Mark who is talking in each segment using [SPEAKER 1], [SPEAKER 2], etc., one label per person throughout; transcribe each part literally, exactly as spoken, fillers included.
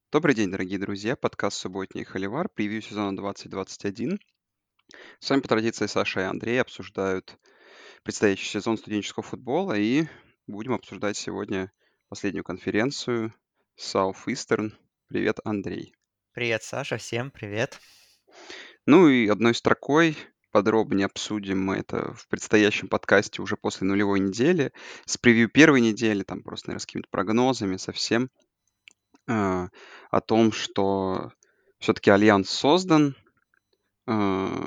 [SPEAKER 1] Добрый день, дорогие друзья. Подкаст «Субботний Холивар», превью сезона двадцать двадцать один. С вами по традиции Саша и Андрей обсуждают предстоящий сезон студенческого футбола и будем обсуждать сегодня последнюю конференцию Southeastern. Привет, Андрей.
[SPEAKER 2] Привет, Саша, всем привет.
[SPEAKER 1] Ну и одной строкой подробнее обсудим мы это в предстоящем подкасте уже после нулевой недели, с превью первой недели, там просто, наверное, с какими-то прогнозами совсем, а, о том, что все-таки Альянс создан, а,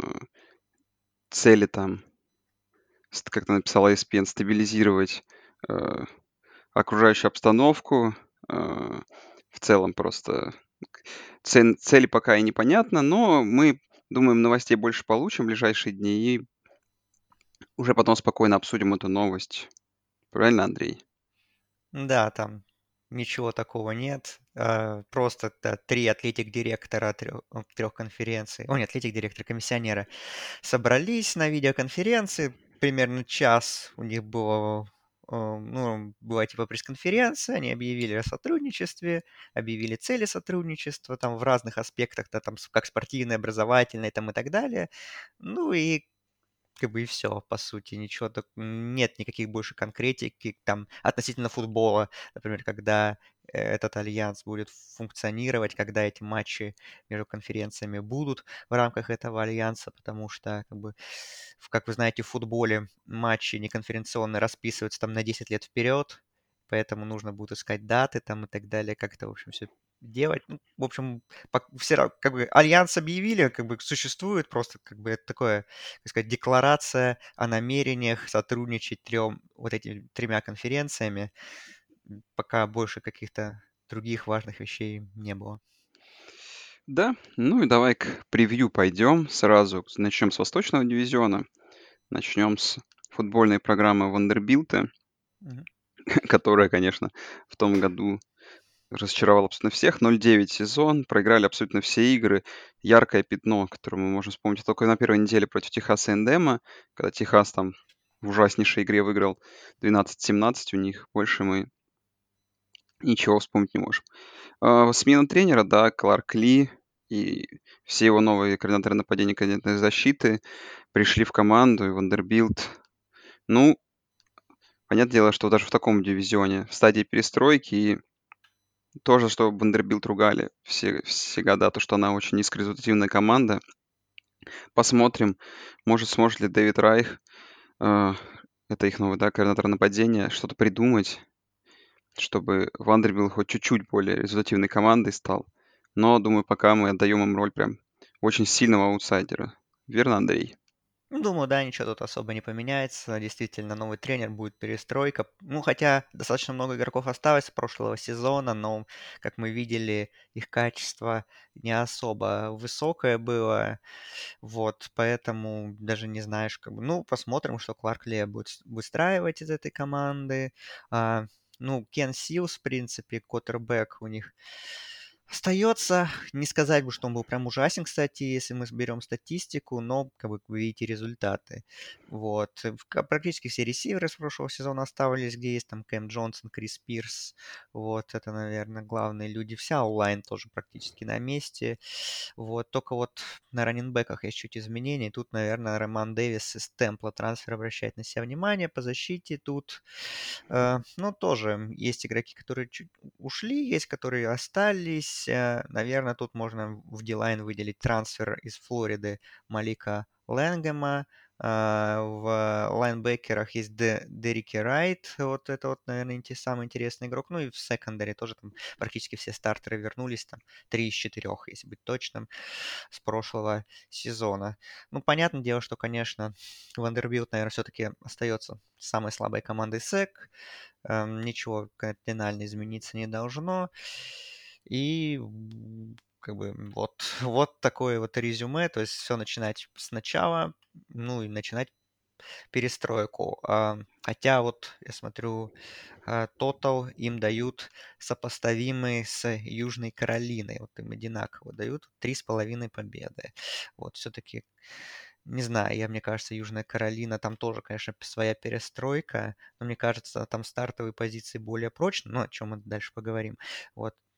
[SPEAKER 1] цели там, ст- как ты написала, и эс пи эн, стабилизировать э, окружающую обстановку. э, в целом просто к- цель, цели пока и непонятно, но мы, думаем, новостей больше получим в ближайшие дни и уже потом спокойно обсудим эту новость. Правильно, Андрей?
[SPEAKER 2] Да, там ничего такого нет. а, Просто да, три атлетик-директора трех, трех конференций, о, нет, атлетик-директора, комиссионера собрались на видеоконференции. Примерно час у них было, э, ну, была типа пресс-конференция, они объявили о сотрудничестве, объявили цели сотрудничества, там в разных аспектах, да, там с- как спортивные, образовательные, там и так далее. Ну и как бы и все, по сути, ничего так нет никаких больше конкретики там относительно футбола. Например, когда э, этот альянс будет функционировать, когда эти матчи между конференциями будут в рамках этого альянса, потому что, как бы, в как вы знаете, в футболе матчи неконференционные расписываются там на десять лет вперед, поэтому нужно будет искать даты там и так далее, как это, в общем, все делать. Ну, в общем, пок все ра как бы альянс объявили, как бы существует, просто как бы это такое, так сказать, декларация о намерениях сотрудничать трем вот этими тремя конференциями. М, пока больше каких-то других важных вещей не было.
[SPEAKER 1] Да, ну и давай к превью пойдем сразу. Начнем с Восточного дивизиона. Начнем с футбольной программы Вандербилта,
[SPEAKER 2] Мгм.
[SPEAKER 1] которая, конечно, в том году разочаровал абсолютно всех. ноль девять сезон, проиграли абсолютно все игры. Яркое пятно, которое мы можем вспомнить только на первой неделе против Техаса Эндема, когда Техас там в ужаснейшей игре выиграл двенадцать семнадцать у них. Больше мы ничего вспомнить не можем. А, смена тренера, да, Кларк Ли и все его новые координаторы нападения, координаторы защиты пришли в команду, и Вандербилт. Ну, понятное дело, что даже в таком дивизионе, в стадии перестройки, и тоже, что Вандербилт ругали все, все года, то, что она очень низкорезультативная команда. Посмотрим, может, сможет ли Дэвид Райх, э, это их новый, да, координатор нападения, что-то придумать, чтобы Вандербилт хоть чуть-чуть более результативной командой стал. Но, думаю, пока мы отдаем им роль прям очень сильного аутсайдера. Верно, Андрей?
[SPEAKER 2] Ну, думаю, да, ничего тут особо не поменяется. Действительно, новый тренер, будет перестройка. Ну, хотя достаточно много игроков осталось с прошлого сезона, но, как мы видели, их качество не особо высокое было. Вот, поэтому даже не знаешь, как бы, ну, посмотрим, что Кларк Ли будет с- выстраивать из этой команды. А, ну, Кен Силс, в принципе, квотербек у них остается. Не сказать бы, что он был прям ужасен, кстати, если мы берем статистику, но, как бы, вы видите результаты. Вот. э, в- ка- Практически все ресиверы с прошлого сезона оставались, где есть там Кэм Джонсон, Крис Пирс. Вот, это, наверное, главные люди. Вся онлайн тоже практически на месте. Вот, только вот на раненбеках есть чуть изменений. Тут, наверное, Роман Дэвис из темпла трансфер обращает на себя внимание. По защите тут, э, ну, тоже есть игроки, которые чуть ушли, есть, которые остались. Э, наверное, тут можно в Дилайн выделить трансфер из Флориды Малика Лэнгема. А, В лайнбекерах есть Де- Дерики Райт, вот это вот, наверное, инте- самый интересный игрок. Ну и в секондаре тоже там практически все стартеры вернулись, там три из четырех, если быть точным, с прошлого сезона. Ну, понятное дело, что, конечно, Вандербилт, наверное, все-таки остается самой слабой командой сек. Эм, Ничего кардинально измениться не должно. И м, как бы вот, вот такое вот резюме, то есть все начинать сначала, ну и начинать перестройку. А, Хотя вот я смотрю, а, Total им дают сопоставимые с Южной Каролиной. Вот им одинаково дают три с половиной победы. Вот все-таки, не знаю, я, мне кажется, Южная Каролина, там тоже, конечно, своя перестройка, но мне кажется, там стартовые позиции более прочные, но о чем мы дальше поговорим. Вот.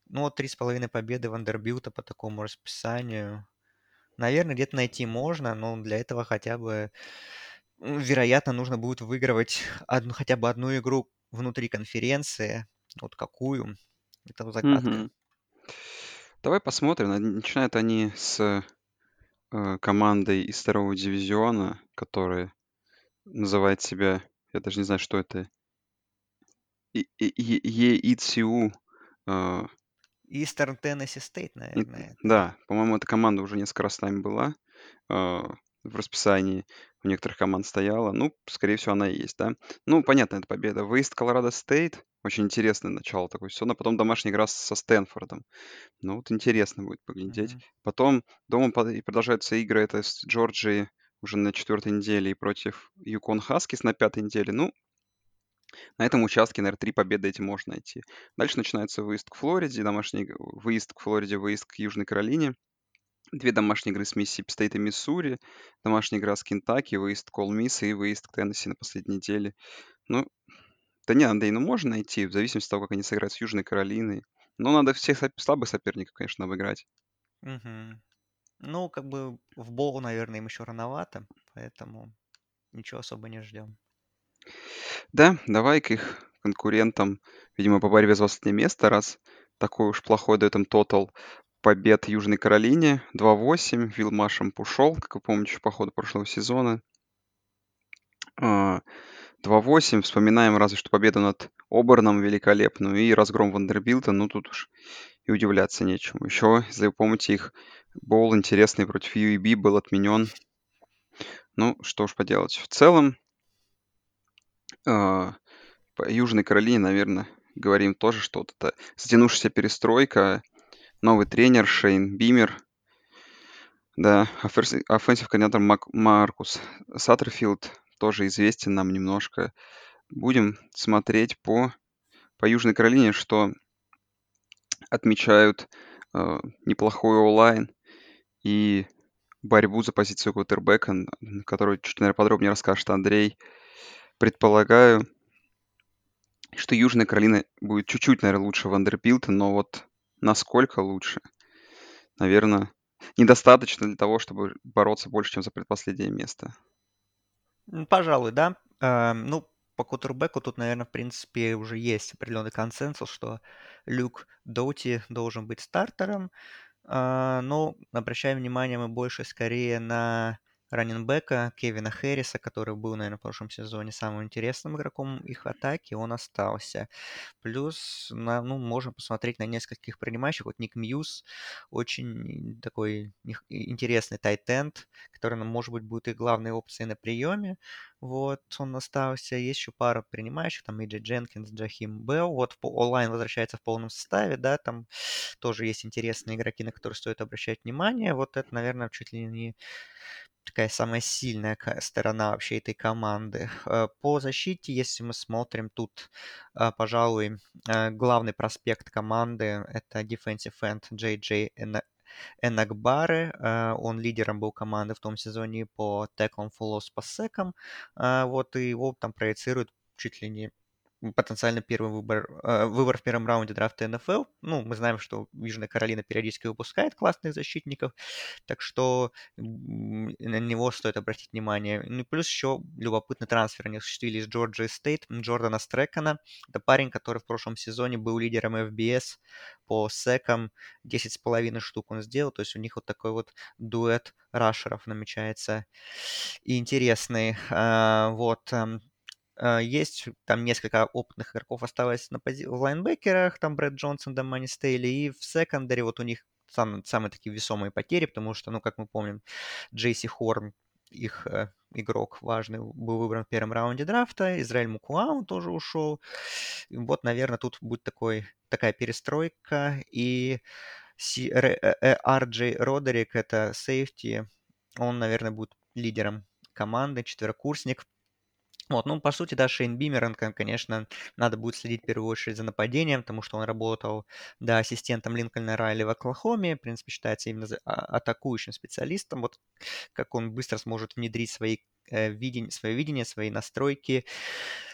[SPEAKER 2] Ну, вот три с половиной победы Вандербилта по такому расписанию. Наверное, где-то найти можно, но для этого хотя бы, м, вероятно, нужно будет выигрывать одну, хотя бы одну игру внутри конференции. Вот какую? Это загадка.
[SPEAKER 1] Мгм. Давай посмотрим. Н- Начинают они с э, командой из второго дивизиона, которая называет себя, я даже не знаю, что это, И- И- Е- ЕИЦУ. э,
[SPEAKER 2] Eastern Tennessee State,
[SPEAKER 1] и-
[SPEAKER 2] наверное, это.
[SPEAKER 1] Да, по-моему, эта команда уже несколько раз с нами была. э, В расписании у некоторых команд стояла. Ну, скорее всего, она и есть, да. Ну, понятно, это победа. Выезд Колорадо Стейт. Очень интересное начало такое сезона. Потом домашняя игра со Стэнфордом. Ну, вот интересно будет поглядеть.
[SPEAKER 2] Мгм.
[SPEAKER 1] Потом дома под- и продолжаются игры. Это с Джорджией уже на четвертой неделе и против Юкон Хаскис на пятой неделе. Ну, на этом участке, наверное, три победы эти можно найти. Дальше начинается выезд к Флориде, домашний иг- выезд к Флориде, выезд к Южной Каролине, две домашние игры с Миссисипи Стейт и Миссури, домашняя игра с Кентаки, выезд к Ол Мисс и выезд к Теннесси на последней неделе. Ну, да не, Андрей, ну можно найти, в зависимости от того, как они сыграют с Южной Каролиной. Но надо всех соп- слабых соперников, конечно, обыграть.
[SPEAKER 2] Мгм. Ну, как бы в боул, наверное, им еще рановато, поэтому ничего особо не ждем.
[SPEAKER 1] Да, давай к их конкурентам, видимо, по борьбе за последнее место, раз такой уж плохой дает им тотал побед Южной Каролине. два восемь, Вилл Машамп ушел, как вы помните, еще по ходу прошлого сезона. А, два восемь, вспоминаем разве что победу над Оберном великолепную и разгром Вандербилта, ну тут уж и удивляться нечему. Еще, если вы помните, их боул интересный против ю эй би был отменен. Ну, что уж поделать. В целом, а, по Южной Каролине, наверное, говорим тоже, что вот эта затянувшаяся перестройка, новый тренер Шейн Бимер, да, офенсив координатор Мак- Маркус Саттерфилд тоже известен нам немножко. Будем смотреть по, по Южной Каролине, что отмечают э, неплохой онлайн и борьбу за позицию квотербека, н- которую чуть, наверное, подробнее расскажет Андрей. Предполагаю, что Южная Каролина будет чуть-чуть, наверное, лучше Вандербилта, но вот насколько лучше, наверное, недостаточно для того, чтобы бороться больше, чем за предпоследнее место.
[SPEAKER 2] М, Пожалуй, да. А, Ну, по кутербеку тут, наверное, в принципе, уже есть определенный консенсус, что Люк Доути должен быть стартером. А, но обращаем внимание мы больше скорее на раннинбека Кевина Хэрриса, который был, наверное, в прошлом сезоне самым интересным игроком их атаки, он остался. Плюс, на, ну, можем посмотреть на нескольких принимающих. Вот Ник Мьюз, очень такой них- и- интересный тайтенд, который, ну, может быть, будет и главной опцией на приеме. Вот, он остался. Есть еще пара принимающих, там Иджи Дженкинс, Джахим Белл. Вот по- онлайн возвращается в полном составе, да, там тоже есть интересные игроки, на которые стоит обращать внимание. Вот это, наверное, чуть ли не такая самая сильная ка- сторона вообще этой команды. Э, По защите, если мы смотрим тут, э, пожалуй, э, главный проспект команды — это defensive end Джей Джей Эна- Энакбары. Э, Он лидером был команды в том сезоне по теклам, фоллоус, по секам. Э, Вот, и его там проецируют чуть ли не потенциально первый выбор, э, выбор в первом раунде драфта эн эф эл. Ну, мы знаем, что Южная Каролина периодически выпускает классных защитников, так что м, на него стоит обратить внимание. Ну и плюс еще любопытный трансфер они осуществили из Джорджии Стейт, Джордана Стрекона. Это парень, который в прошлом сезоне был лидером эф би эс по секам, десять с половиной штук он сделал, то есть у них вот такой вот дуэт рашеров намечается и интересный. А, Вот, эм, а, есть там несколько опытных игроков осталось на пози- в лайнбекерах, там Брэд Джонсон, Дамани Стейли, и в секондаре вот у них сам- самые такие весомые потери, потому что, ну, как мы помним, Джейси Хорн, их э, игрок важный, был выбран в первом раунде драфта, Израиль Мукуау тоже ушел. И вот, наверное, тут будет такой, такая перестройка, и Си- Ре- э, э, ар джей Родерик, это сейфти, он, наверное, будет лидером команды, четверокурсник. Вот, ну, по сути, да, Шейн Бимер, он, кон- конечно, надо будет следить в первую очередь за нападением, потому что он работал, да, ассистентом Линкольна Райли в Оклахоме, в принципе, считается именно за- а- атакующим специалистом. Вот как он быстро сможет внедрить свои э, видень- свое видение, свои настройки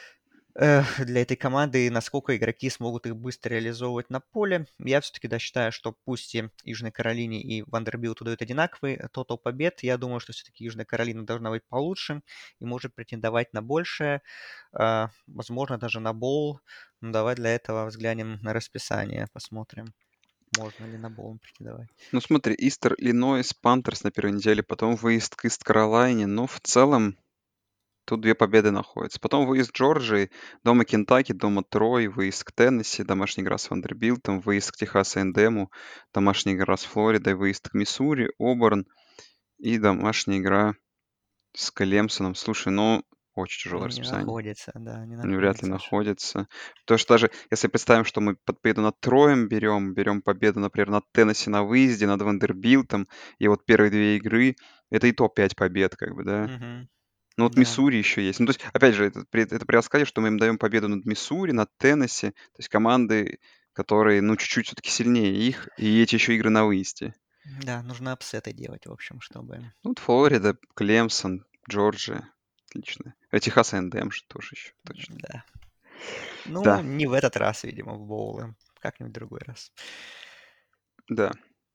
[SPEAKER 2] э, для этой команды и насколько игроки смогут их быстро реализовывать на поле. Я все-таки, да, считаю, что пусть и Южной Каролине и Вандербилту дают одинаковый э, тотал побед, я думаю, что все-таки Южная Каролина должна быть получше и может претендовать на большее, а, возможно, даже на боул. Ну, давай для этого взглянем на расписание, посмотрим, можно ли на боул претендовать.
[SPEAKER 1] Ну смотри, Истер, Иллинойс, Пантерс на первой неделе, потом выезд к Ист-Каролайне. Ну, в целом, тут две победы находятся. Потом выезд Джорджии, дома Кентаки, дома Трой, выезд к Теннесси, домашняя игра с Вандербилтом, выезд к Техас Эндему, домашняя игра с Флоридой, выезд к Миссури, Оберн и домашняя игра с Клемсоном. Слушай, ну, очень тяжелое
[SPEAKER 2] Не
[SPEAKER 1] расписание.
[SPEAKER 2] находится, да, не
[SPEAKER 1] Не, вряд ли
[SPEAKER 2] находится уж.
[SPEAKER 1] находится. Потому что даже если представим, что мы под победу над Троем берем, берем победу, например, над Теннесси на выезде, над Вандербилтом, и вот первые две игры, это и то пять побед, как бы, да.
[SPEAKER 2] Мгм.
[SPEAKER 1] Ну вот
[SPEAKER 2] Да.
[SPEAKER 1] Миссури еще есть. Ну, то есть, опять же, это при, это при раскладе, что мы им даем победу над Миссури, над Теннесси, то есть команды, которые, ну, чуть-чуть все-таки сильнее их, и эти еще игры на выезде.
[SPEAKER 2] Да, нужно апсеты делать, в общем, чтобы...
[SPEAKER 1] Ну, вот Флорида, Клемсон, Джорджия. Отлично. А Техас Эндем же тоже еще, точно.
[SPEAKER 2] Да.
[SPEAKER 1] Да,
[SPEAKER 2] Ну, не в этот раз, видимо, в боулы. Как-нибудь в другой раз.
[SPEAKER 1] да.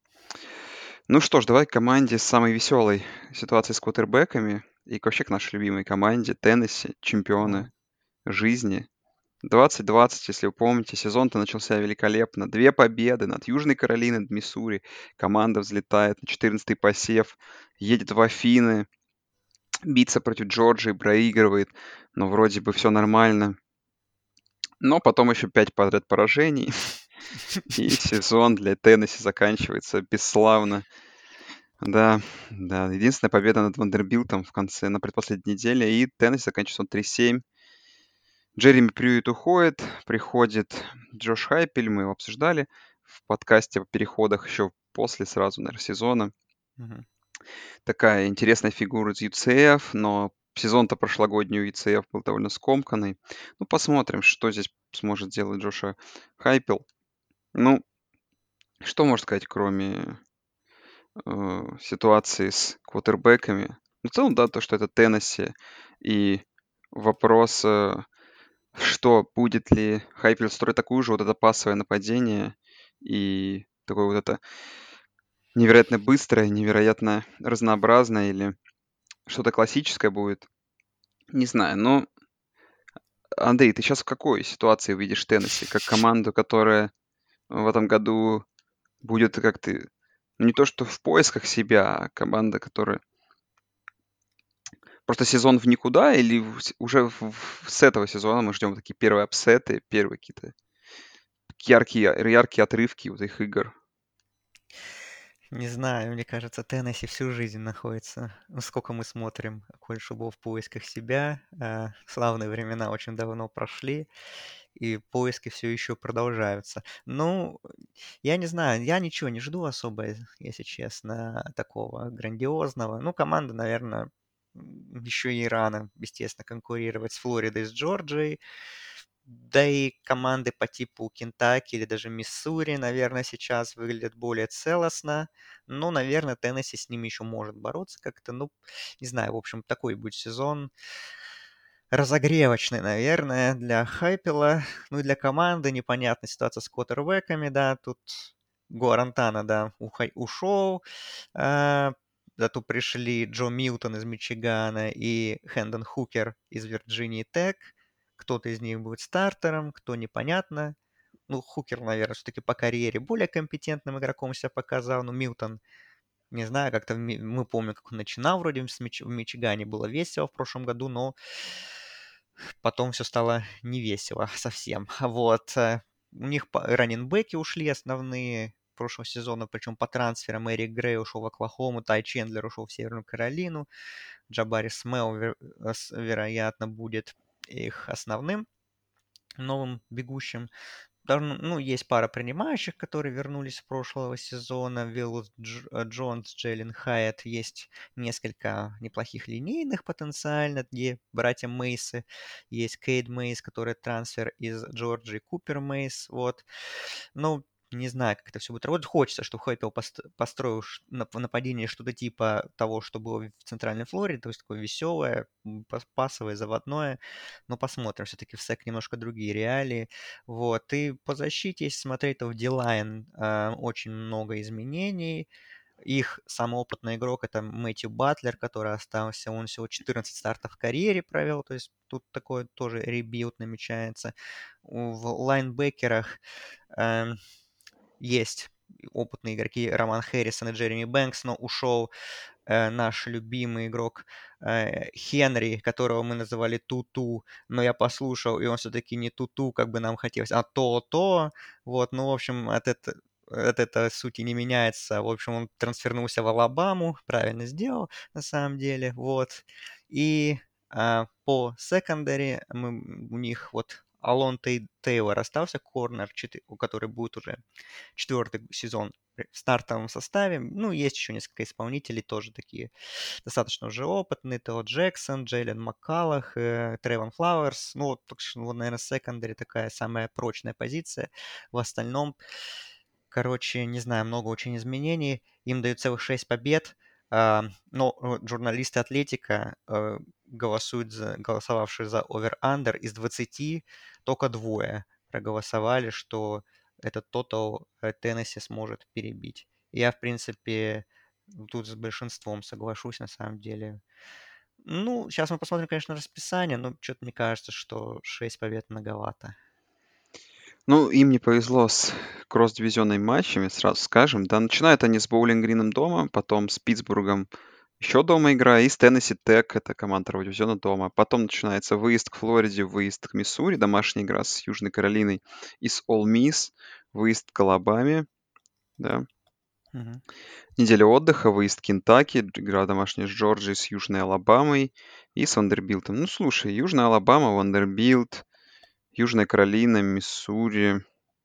[SPEAKER 1] Ну что ж, давай к команде с самой веселой ситуацией с квотербеками и вообще к нашей любимой команде Теннесси, чемпионы
[SPEAKER 2] О,
[SPEAKER 1] жизни. двадцать двадцать, если вы помните, сезон-то начался великолепно. Две победы над Южной Каролиной, над Миссури. Команда взлетает на четырнадцатый посев, едет в Афины, биться против Джорджии, проигрывает, но вроде бы все нормально. Но потом еще пять подряд поражений, и сезон для Теннесси заканчивается бесславно. Да, да. Единственная победа над Вандербилтом в конце, на предпоследней неделе. И Теннесси заканчивается он три семь. Джереми Прьюит уходит, приходит Джош Хайпель, мы его обсуждали в подкасте о переходах еще после сразу, наверное, сезона.
[SPEAKER 2] мгм.
[SPEAKER 1] Такая интересная фигура из ю си эф, но сезон-то прошлогодний у ю си эф был довольно скомканный. Ну, посмотрим, что здесь сможет сделать Джоша Хайпел. Ну, что можно сказать, кроме э, ситуации с квотербеками. Ну, в целом, да, то, что это Теннесси. И вопрос, э, что будет ли Хайпер строить такую же вот это пассовое нападение и такое вот это невероятно быстрое, невероятно разнообразное или что-то классическое будет. Не знаю, но, Андрей, ты сейчас в какой ситуации видишь Теннесси? Как команду, которая в этом году будет как ты, ну, не то что в поисках себя, а команда, которая просто сезон в никуда или в с уже в в с этого сезона мы ждем такие первые апсеты, первые какие-то яркие яркие отрывки вот их игр?
[SPEAKER 2] Не знаю, мне кажется, Теннесси всю жизнь находится. Ну, сколько мы смотрим колледж футбол в поисках себя. а, Славные времена очень давно прошли, и поиски все еще продолжаются. Ну, я не знаю, я ничего не жду особо, если честно, такого грандиозного. Ну, команда, наверное, еще и рано, естественно, конкурировать с Флоридой, с Джорджией. Да и команды по типу Кентаки или даже Миссури, наверное, сейчас выглядят более целостно. Но, наверное, Теннесси с ними еще может бороться как-то. Ну, не знаю, в общем, такой будет сезон разогревочный, наверное, для Хайпела. Ну и для команды непонятная ситуация с квотербеками, да. Тут Гуарантана, да, ухай- ушел. а, Зато пришли Джо Милтон из Мичигана и Хэндон Хукер из Вирджинии Тек. Кто-то из них будет стартером, кто непонятно. Ну, Хукер, наверное, все-таки по карьере более компетентным игроком себя показал. Ну, Милтон, не знаю, как-то в Ми- мы помним, как он начинал вроде с Мич- в Мичигане. Было весело в прошлом году, но потом все стало не весело совсем. Вот. э, У них по- раннинбеки ушли основные прошлого сезона, причем по трансферам Эрик Грей ушел в Оклахому, Тай Чендлер ушел в Северную Каролину, Джабари Смел, вер- э, с- вероятно, будет их основным новым бегущим. Давно, ну, есть пара принимающих, которые вернулись с прошлого сезона. Виллус Дж- э, Джонс, Джейлен Хайет. Есть несколько неплохих линейных потенциально, где братья Мейсы. Есть Кейд Мейс, который трансфер из Джорджии, Купер Мейс. Вот. Ну, не знаю, как это все будет работать. Хочется, чтобы Хейтл построил ш- нап- нападение что-то типа того, что было в Центральной Флориде, то есть такое веселое, м, пас- пасовое, заводное. Но посмотрим, все-таки в СЭК немножко другие реалии. Вот. И по защите, если смотреть, то в D-Line э, очень много изменений. Их самый опытный игрок — это Мэтью Батлер, который остался. Он всего четырнадцать стартов в карьере провел, то есть тут такой тоже ребилд намечается. У- В лайнбекерах эм, есть опытные игроки Роман Хэррисон и Джереми Бэнкс, но ушел э, наш любимый игрок э, Хенри, которого мы называли Туту, но я послушал, и он все-таки не Туту, как бы нам хотелось, а То-То. Вот, ну, в общем, от этого от этой сути не меняется. В общем, он трансфернулся в Алабаму, правильно сделал, на самом деле, вот. И а, по секондаре мы, у них вот Алон Тей- Тейлор остался, корнер, четы- у который будет уже четвертый сезон в стартовом составе. Ну, есть еще несколько исполнителей, тоже такие достаточно уже опытные. Тео Джексон, Джейлен Маккалах, э, Тревон Флауэрс. Ну, вот, так что, вот, наверное, секондари такая самая прочная позиция. В остальном, короче, не знаю, много очень изменений. Им дают целых шесть побед. А, но э, журналисты Атлетика э, голосуют за, голосовавшие за over-under из двадцати только двое проголосовали, что этот тотал э, Теннесси сможет перебить. Я, в принципе, тут с большинством соглашусь, на самом деле. Ну, сейчас мы посмотрим, конечно, расписание, но что-то мне кажется, что шесть побед многовато.
[SPEAKER 1] Ну, им не повезло с кросс-дивизионными матчами, сразу скажем. Да, начинают они с Боулинг-Грином дома, потом с Питтсбургом еще дома игра, и с Теннесси Тек, это команда второго дивизиона дома. Потом начинается выезд к Флориде, выезд к Миссури, домашняя игра с Южной Каролиной, и с Ол Мисс, выезд к Алабаме, да.
[SPEAKER 2] Мгм.
[SPEAKER 1] Неделя отдыха, выезд в Кентаки, игра домашняя с Джорджией, с Южной Алабамой и с Вандербилтом. Ну, слушай, Южная Алабама, Вандербилт, Южная Каролина, Миссури,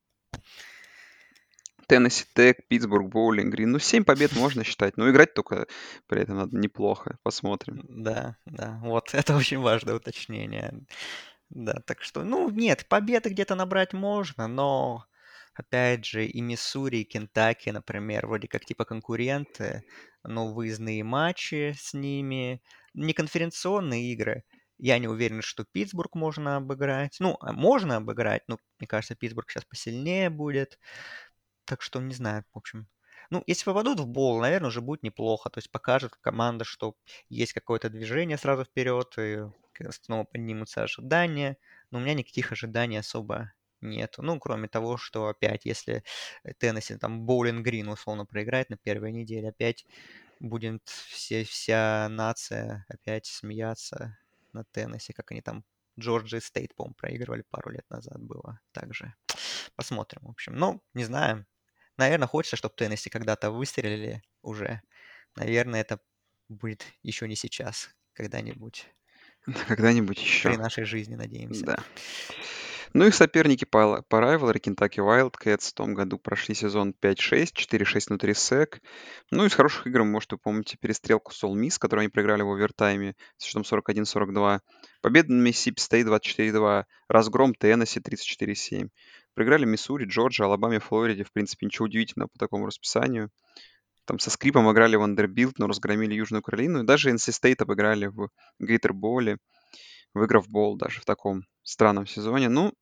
[SPEAKER 1] Теннесси Тек, Питтсбург, Боулинг Грин. Ну, семь побед можно считать, но играть только при этом надо неплохо. Посмотрим.
[SPEAKER 2] Да, да, вот это очень важное уточнение. Да, так что, ну, нет, победы где-то набрать можно, но, опять же, и Миссури, и Кентаки, например, вроде как типа конкуренты, но выездные матчи с ними, не конференционные игры. Я не уверен, что Питтсбург можно обыграть. Ну, а можно обыграть, но мне кажется, Питтсбург сейчас посильнее будет. Так что не знаю, в общем. Ну, если попадут в бол, наверное, уже будет неплохо. То есть покажет команда, что есть какое-то движение сразу вперед, и к- снова поднимутся ожидания. Но у меня никаких ожиданий особо нету. Ну, кроме того, что опять, если э, Теннесси там Боулинг Грин условно проиграет на первой неделе, опять будет все, вся нация опять смеяться на Теннесси, как они там Джорджия Стейт, по-моему, проигрывали пару лет назад было. Также посмотрим, в общем. Ну, не знаю. Наверное, хочется, чтобы Теннесси когда-то выстрелили уже. Наверное, это будет еще не сейчас, когда-нибудь.
[SPEAKER 1] Когда-нибудь
[SPEAKER 2] При
[SPEAKER 1] еще.
[SPEAKER 2] нашей жизни, надеемся.
[SPEAKER 1] Да. Ну, их соперники по, по Rivalry, Kentucky Wildcats, в том году прошли сезон пять шесть, четыре шесть внутри СЭК. Ну, из хороших игр, может, вы помните перестрелку с Ole Miss, которую они проиграли в овертайме с счетом сорок один сорок два. Победа на Mississippi State двадцать четыре два. Разгром Теннесси тридцать четыре семь. Проиграли Миссури, Джорджии, Алабаме, Флориде. В принципе, ничего удивительного по такому расписанию. Там со скрипом играли Вандербилт, но разгромили Южную Каролину. И даже эн си State обыграли в Гейтерболе, выиграв бол даже в таком странном сезоне. Ну,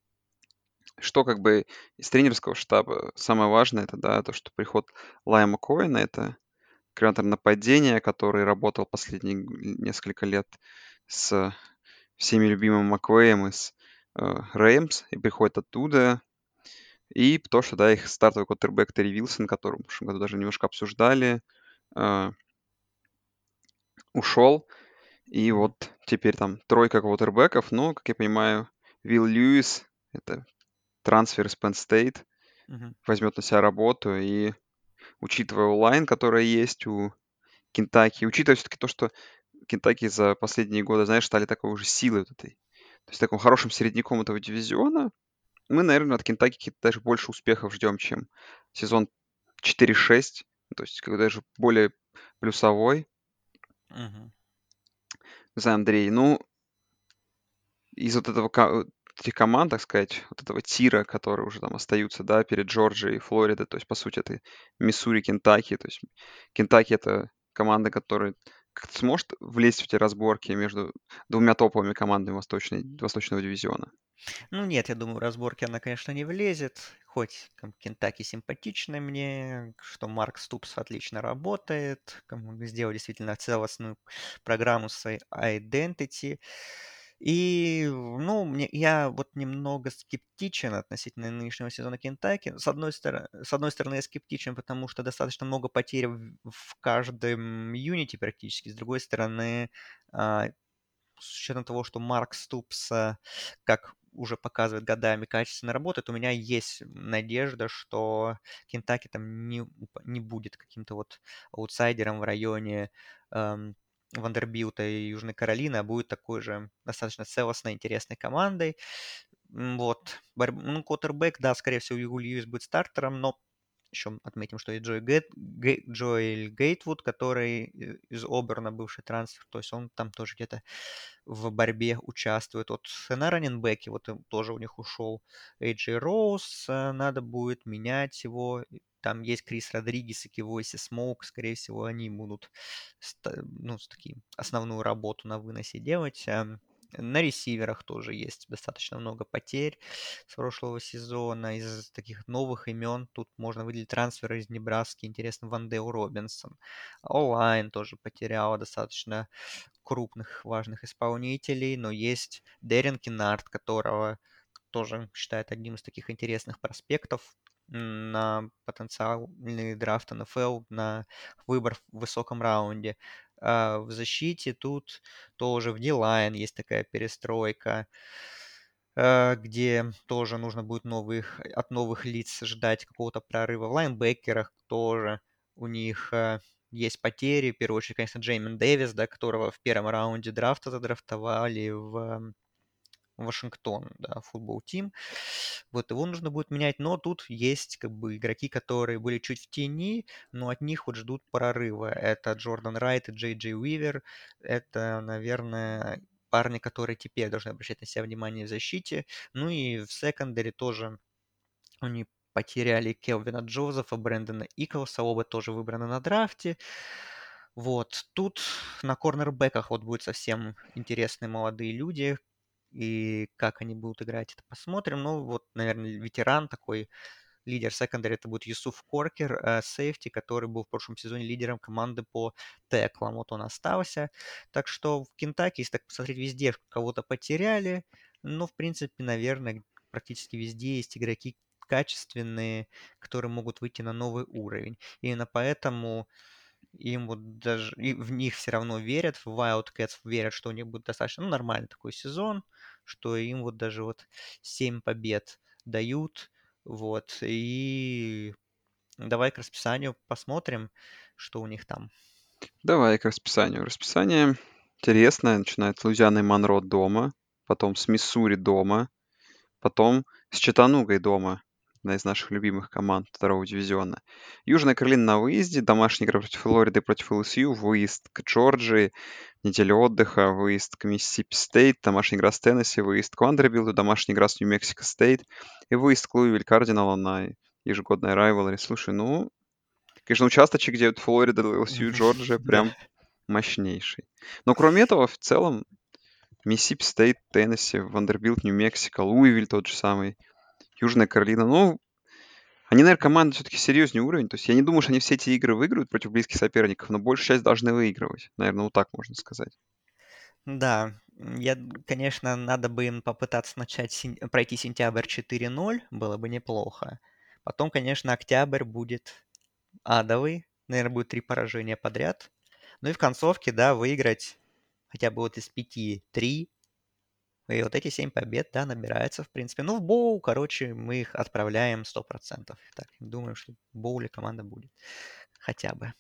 [SPEAKER 1] что как бы из тренерского штаба самое важное, это, да, то, что приход Лайма Коэна, это координатор нападения, который работал последние г- несколько лет с всеми любимым Маквеем из Реймс, и приходит оттуда. И то, что, да, их стартовый квотербек Терри Вилсон, который в прошлом году даже немножко обсуждали, э, ушел. И
[SPEAKER 2] Мгм.
[SPEAKER 1] вот теперь там тройка квотербеков. Но, как я понимаю, Вилл Льюис, это трансфер из Penn State,
[SPEAKER 2] Мгм.
[SPEAKER 1] возьмет на себя работу. И учитывая онлайн, которая есть у Кентаки, учитывая все-таки то, что Кентаки за последние годы, знаешь, стали такой уже силой вот этой, то есть таким хорошим середняком этого дивизиона, мы, наверное, от Кентаки каких-то даже больше успехов ждем, чем сезон четыре шесть, то есть как даже более плюсовой.
[SPEAKER 2] Мгм.
[SPEAKER 1] Не знаю, Андрей, ну, из вот этого ка- этих команд, так сказать, вот этого тира, которые уже там остаются, да, перед Джорджией и Флоридой. То есть, по сути, это Миссури, Кентаки. То есть Кентаки — это команда, которая как-то сможет влезть в эти разборки между двумя топовыми командами восточной, восточного дивизиона.
[SPEAKER 2] Ну нет, я думаю, в разборки она, конечно, не влезет. Хоть там Кентаки симпатичный мне, что Марк Ступс отлично работает, кому сделал действительно целостную программу своей Identity. И, ну, мне, я вот немного скептичен относительно нынешнего сезона Кентаки. С одной стороны, с одной стороны, я скептичен, потому что достаточно много потерь в, в каждом юните практически. С другой стороны, а, с учетом того, что Марк Ступс, а, как уже показывает годами, качественно работает, у меня есть надежда, что Кентаки там не, уп- не будет каким-то вот аутсайдером в районе эм, Вандербилта и Южной Каролины, а будет такой же достаточно целостной, интересной командой. М, Вот. Борь- Ну, квотербек, да, скорее всего, Уилл Льюис будет стартером, но еще отметим, что и Джой Гейт, Гей- Джоэль Гейтвуд, который и- из Оберна, бывший трансфер, то есть он там тоже где-то в борьбе участвует. Вот на раненбеке вот им тоже у них ушел Эй Джей Роуз, э, надо будет менять его. И Там есть Крис Родригес и Кивойси Смоук, скорее всего, они будут ста- ну, с таким основную работу на выносе делать. Ам, На ресиверах тоже есть достаточно много потерь с прошлого сезона. Из таких новых имен тут можно выделить трансферы из Небраски. Интересно, Вандео Робинсон. Онлайн тоже потеряла достаточно крупных важных исполнителей, но есть Дерен Кинард, которого тоже считают одним из таких интересных проспектов м, на потенциальный драфт эн эф эл, на выбор в высоком раунде. А в защите тут тоже в D-Line есть такая перестройка, э, где тоже нужно будет новых, от новых лиц ждать какого-то прорыва. В лайнбекерах тоже у них э, есть потери. В первую очередь, конечно, Джеймин Дэвис, да, которого в первом раунде драфта задрафтовали в Вашингтон, да, футбол тим. Вот его нужно будет менять, но тут есть как бы игроки, которые были чуть в тени, но от них вот ждут прорыва. Это Джордан Райт и Джей Джей Уивер. Это, наверное, парни, которые теперь должны обращать на себя внимание в защите. Ну и в секондаре тоже они потеряли Келвина Джозефа, Брэндона Иклса, оба тоже выбраны на драфте. Вот, тут на корнербеках вот будут совсем интересные молодые люди, и как они будут играть, это посмотрим. Ну, вот, наверное, ветеран такой, лидер секондари, это будет Юсуф Коркер, э, сейфти, который был в прошлом сезоне лидером команды по теклам. Вот он остался. Так что в Кентаки, если так посмотреть, везде кого-то потеряли, но, в принципе, наверное, практически везде есть игроки качественные, которые могут выйти на новый уровень. Именно поэтому им вот даже и в них все равно верят, в Wildcats верят, что у них будет достаточно ну, нормальный такой сезон, что им вот даже вот семь побед дают, вот, и давай к расписанию посмотрим, что у них там.
[SPEAKER 1] Давай к расписанию. Расписание интересное. Начинает с Луизианы и Монро дома, потом с Миссури дома, потом с Чаттанугой дома, одна из наших любимых команд второго дивизиона. Южная Каролина на выезде, домашняя игра против Флориды и против эл эс ю, выезд к Джорджии, неделя отдыха, выезд к Миссисипи Стейт, домашняя игра с Теннесси, выезд к Вандербилту, домашняя игра с Нью-Мексико Стейт и выезд к Луивиль Кардинала на ежегодной райвелри. Слушай, ну, конечно, участочек, где вот Флорида, эл эс ю, Джорджия,
[SPEAKER 2] Да.
[SPEAKER 1] прям мощнейший. Но кроме этого, в целом, Миссисипи Стейт, Теннесси, Вандербилт, Нью-Мексико, Луивиль тот же самый, Южная Каролина. Ну, они, наверное, команда все-таки серьезнее уровень. То есть я не думаю, что они все эти игры выиграют против близких соперников, но большую часть должны выигрывать. Наверное, вот так можно сказать.
[SPEAKER 2] Да, я, конечно, надо бы им попытаться начать сен- пройти сентябрь четыре ноль, было бы неплохо. Потом, конечно, октябрь будет адовый, наверное, будет три поражения подряд. Ну и в концовке, да, выиграть хотя бы вот из пяти три. И вот эти семь побед, да, набирается, в принципе. Ну, в боул, короче, мы их отправляем сто процентов. Так, думаю, что в боуле команда будет хотя бы.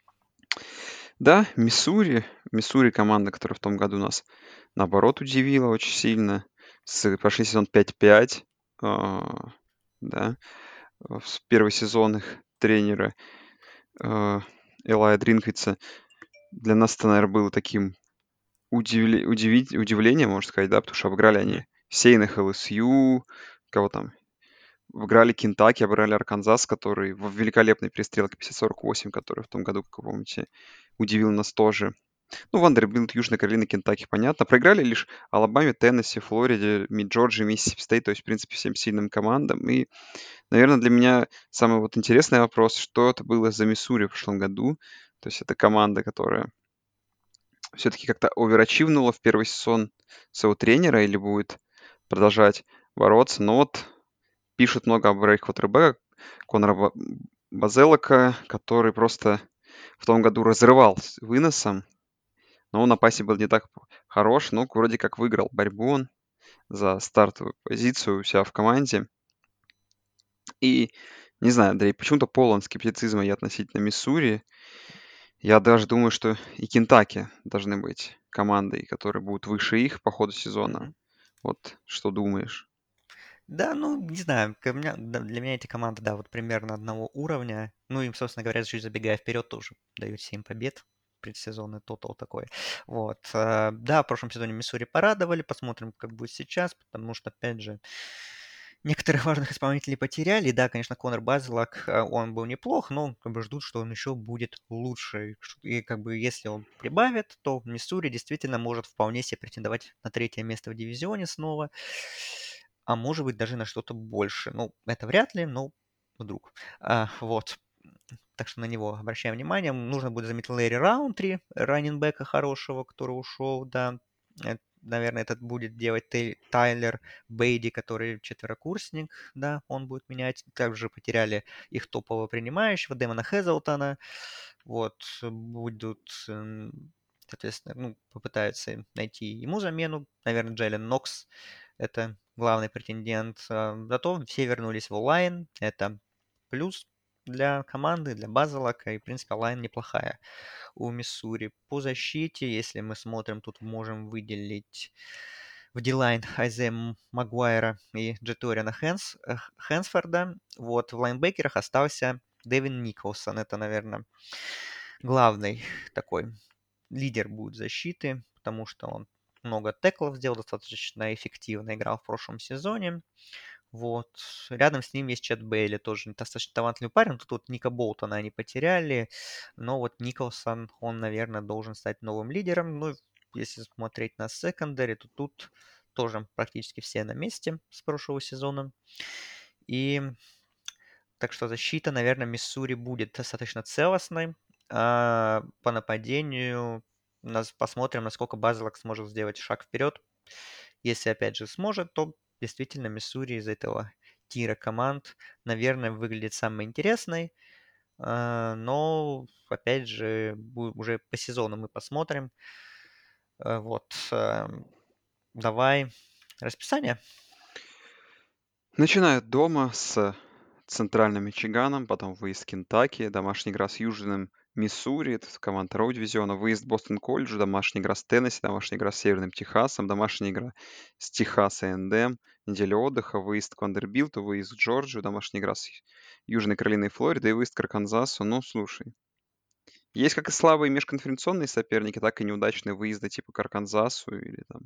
[SPEAKER 1] Да, Миссури. Миссури команда, которая в том году нас, наоборот, удивила очень сильно. С, прошли сезон пять пять. а, да. В с- первый сезон их тренера а, Элая Дринквитса для нас это, наверное, было таким удивле- удивить- удивлением, можно сказать, да, потому что обыграли
[SPEAKER 2] Мгм.
[SPEAKER 1] они сейных эл эс ю, кого там, выиграли Кентаки, обыграли Арканзас, который в великолепной перестрелке пятьдесят сорок восемь, который в том году, как вы помните, удивил нас тоже. Ну, Вандербилт, Южная Каролина, Кентаки, понятно. Проиграли лишь Алабаме, Теннесси, Флориде, Ми- Джорджии, Миссисипи Стейт, то есть, в принципе, всем сильным командам. И, наверное, для меня самый вот интересный вопрос, что это было за Миссури в прошлом году. То есть это команда, которая все-таки как-то оверачивнула в первый сезон своего тренера или будет продолжать бороться. Но вот пишут много об Рэй Квотербека, Конора Ба- Базелока, который просто в том году разрывал с выносом, но на пасе был не так хорош, но вроде как выиграл борьбу он за стартовую позицию у себя в команде. И не знаю, Андрей, почему-то полон скептицизма я относительно Миссури. Я даже думаю, что и Кентаки должны быть командой, которые будут выше их по ходу сезона.
[SPEAKER 2] Мгм.
[SPEAKER 1] Вот что думаешь?
[SPEAKER 2] Да, ну, не знаю, ко меня- да, для меня эти команды, да, вот примерно одного уровня. Ну, им, собственно говоря, чуть забегая вперед, тоже дают семь побед. Предсезонный тотал такой. Вот. э, Да, в прошлом сезоне Миссури порадовали. Посмотрим, как будет сейчас, потому что, опять же, некоторых важных исполнителей потеряли. Да, конечно, Конор Базилак, э, он был неплох, но как бы ждут, что он еще будет лучше. И ш- И как бы если он прибавит, то Миссури действительно может вполне себе претендовать на третье место в дивизионе снова, а может быть даже на что-то больше. Ну, это вряд ли, но вдруг. А, вот. Так что на него обращаем внимание. Нужно будет заметить Лэри Раунтри, раннинбека хорошего, который ушел, да. Э, Наверное, этот будет делать Тей- Тайлер Бейди, который четверокурсник, да, он будет менять. Также потеряли их топового принимающего, Дэмона Хезлтона. Вот, будут, м, соответственно, ну, попытаются найти ему замену. Наверное, Джейлен Нокс — это главный претендент. А, Зато все вернулись в онлайн. Это плюс для команды, для Базелака. И, в принципе, онлайн неплохая у Миссури. По защите, если мы смотрим, тут можем выделить в Дилайн Айзея М- Магуайра и Джеториана Хэнс, э, Хэнсфорда. Вот, в лайнбекерах остался Дэвин Николсон. Это, наверное, главный такой лидер будет защиты, потому что он много теклов сделал, достаточно эффективно играл в прошлом сезоне. Вот. Рядом с ним есть Чет Бейли, тоже достаточно талантливый парень. Тут вот Ника Болтона они потеряли, но вот Николсон, он, наверное, должен стать новым лидером. Ну, если смотреть на секондари, то тут тоже практически все на месте с прошлого сезона. И так что защита, наверное, Миссури будет достаточно целостной. А по нападению нас посмотрим, насколько Базелок сможет сделать шаг вперед. Если, опять же, сможет, то действительно Миссури из этого тира команд, наверное, выглядит самой интересной. А, Но, опять же, бу- уже по сезону мы посмотрим. Э, Вот. эм, Давай расписание.
[SPEAKER 1] Начинают дома с центральным Мичиганом, потом выезд Кентаки, домашняя игра с Южным Миссури, это команда Роу дивизиона, выезд Бостон Колледжу, домашняя игра с Теннесси, домашняя игра с Северным Техасом, домашняя игра с Техас A and M, неделя отдыха, выезд к Вандербилту, выезд в Джорджию, домашняя игра с Южной Каролиной и Флоридой и выезд к Арканзасу. Ну, слушай, есть как и слабые межконференционные соперники, так и неудачные выезды типа к Арканзасу или там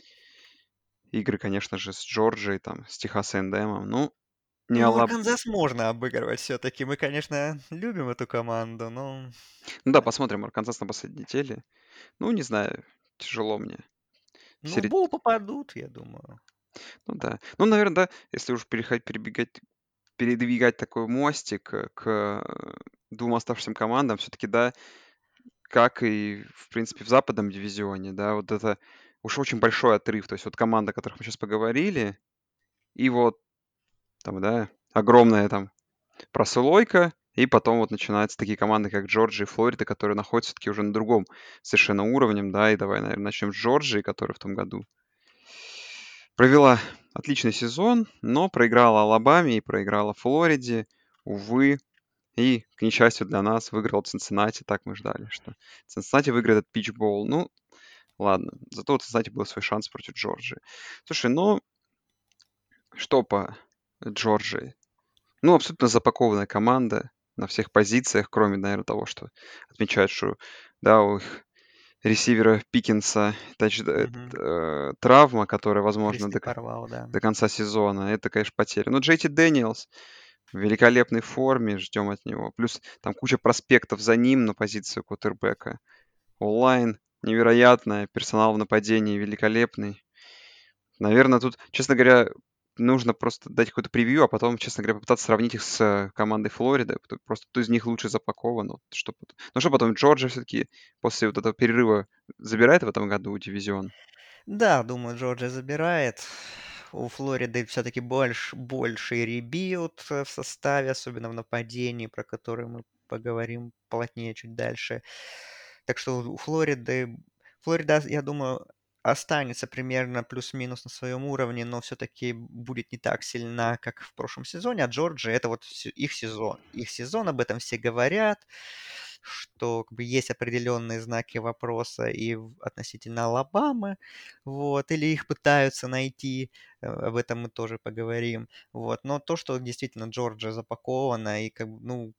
[SPEAKER 1] игры, конечно же, с Джорджией, там, с Техас A and M. Ну, не
[SPEAKER 2] Ну,
[SPEAKER 1] Алаб...
[SPEAKER 2] Арканзас можно обыгрывать все-таки. Мы, конечно, любим эту команду, но...
[SPEAKER 1] Ну да, посмотрим Арканзас на последней неделе. Ну, не знаю, тяжело мне. В
[SPEAKER 2] Ну, в
[SPEAKER 1] серед-
[SPEAKER 2] боу попадут, я думаю.
[SPEAKER 1] Ну да. Ну, наверное, да, если уж переходить, перебегать, передвигать такой мостик э, к э, двум оставшимся командам, все-таки, да, как и, в принципе, в западном дивизионе, да, вот это уж очень большой отрыв. То есть вот команда, о которых мы сейчас поговорили, и вот там, да, огромная там прослойка, и потом вот начинаются такие команды, как Джорджия и Флорида, которые находятся все-таки уже на другом совершенно уровнем, да, и давай, наверное, начнем с Джорджии, которая в том году провела отличный сезон, но проиграла Алабаме и проиграла Флориде, увы, и, к несчастью для нас, выиграл Цинциннати, так мы ждали, что Цинциннати выиграет этот питчбол. Ну, ладно, зато у Цинциннати был свой шанс против Джорджии. Слушай, ну, что по Джорджии? Ну, абсолютно запакованная команда на всех позициях, кроме, наверное, того, что отмечают, что, да, у их ресивера Пикинса, тач э,
[SPEAKER 2] Мгм.
[SPEAKER 1] э, травма, которая, возможно,
[SPEAKER 2] Кресты
[SPEAKER 1] до кон
[SPEAKER 2] порвал, да.
[SPEAKER 1] до конца сезона. Это, конечно, потеря. Но Джей Ти Дэниелс в великолепной форме, ждем от него. Плюс там куча проспектов за ним на позицию квотербека. Онлайн невероятная, персонал в нападении великолепный. Наверное, тут, честно говоря, нужно просто дать какое-то превью, а потом, честно говоря, попытаться сравнить их с э, командой Флориды. Кто- Просто кто из них лучше запакован. Вот что пот- ну что потом, Джорджия все-таки после вот этого перерыва забирает в этом году дивизион?
[SPEAKER 2] Да, думаю, Джорджия забирает. У Флориды все-таки больше, больший ребилд э, в составе, особенно в нападении, про который мы поговорим плотнее чуть дальше. Так что у Флориды... Флорида, я думаю, останется примерно плюс-минус на своем уровне, но все-таки будет не так сильна, как в прошлом сезоне. А Джорджия — это вот се- их сезон. Их сезон, об этом все говорят, что как бы есть определенные знаки вопроса и в- относительно Алабамы, вот, или их пытаются найти, э, об этом мы тоже поговорим, вот. Но то, что действительно Джорджия запакована, и как бы, ну,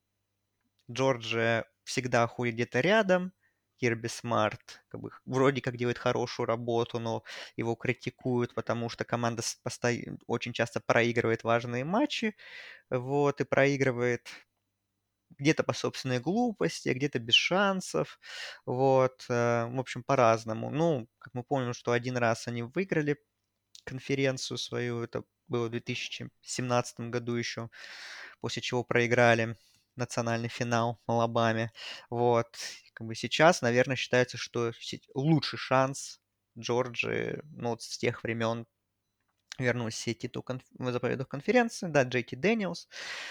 [SPEAKER 2] Джорджия всегда ходит где-то рядом, Кирби Смарт как бы вроде как делает хорошую работу, но его критикуют, потому что команда с- посто- очень часто проигрывает важные матчи, вот, и проигрывает где-то по собственной глупости, а где-то без шансов. Вот, э, в общем, по-разному. Ну, как мы помним, что один раз они выиграли конференцию свою, это было в две тысячи семнадцатом году еще, после чего проиграли национальный финал в Алабаме. Вот, как бы сейчас, наверное, считается, что се- лучший шанс Джорджии, ну, вот с тех времен вернуть все титул конф- заповедных конференции, да, Джей Ти Дэниелс.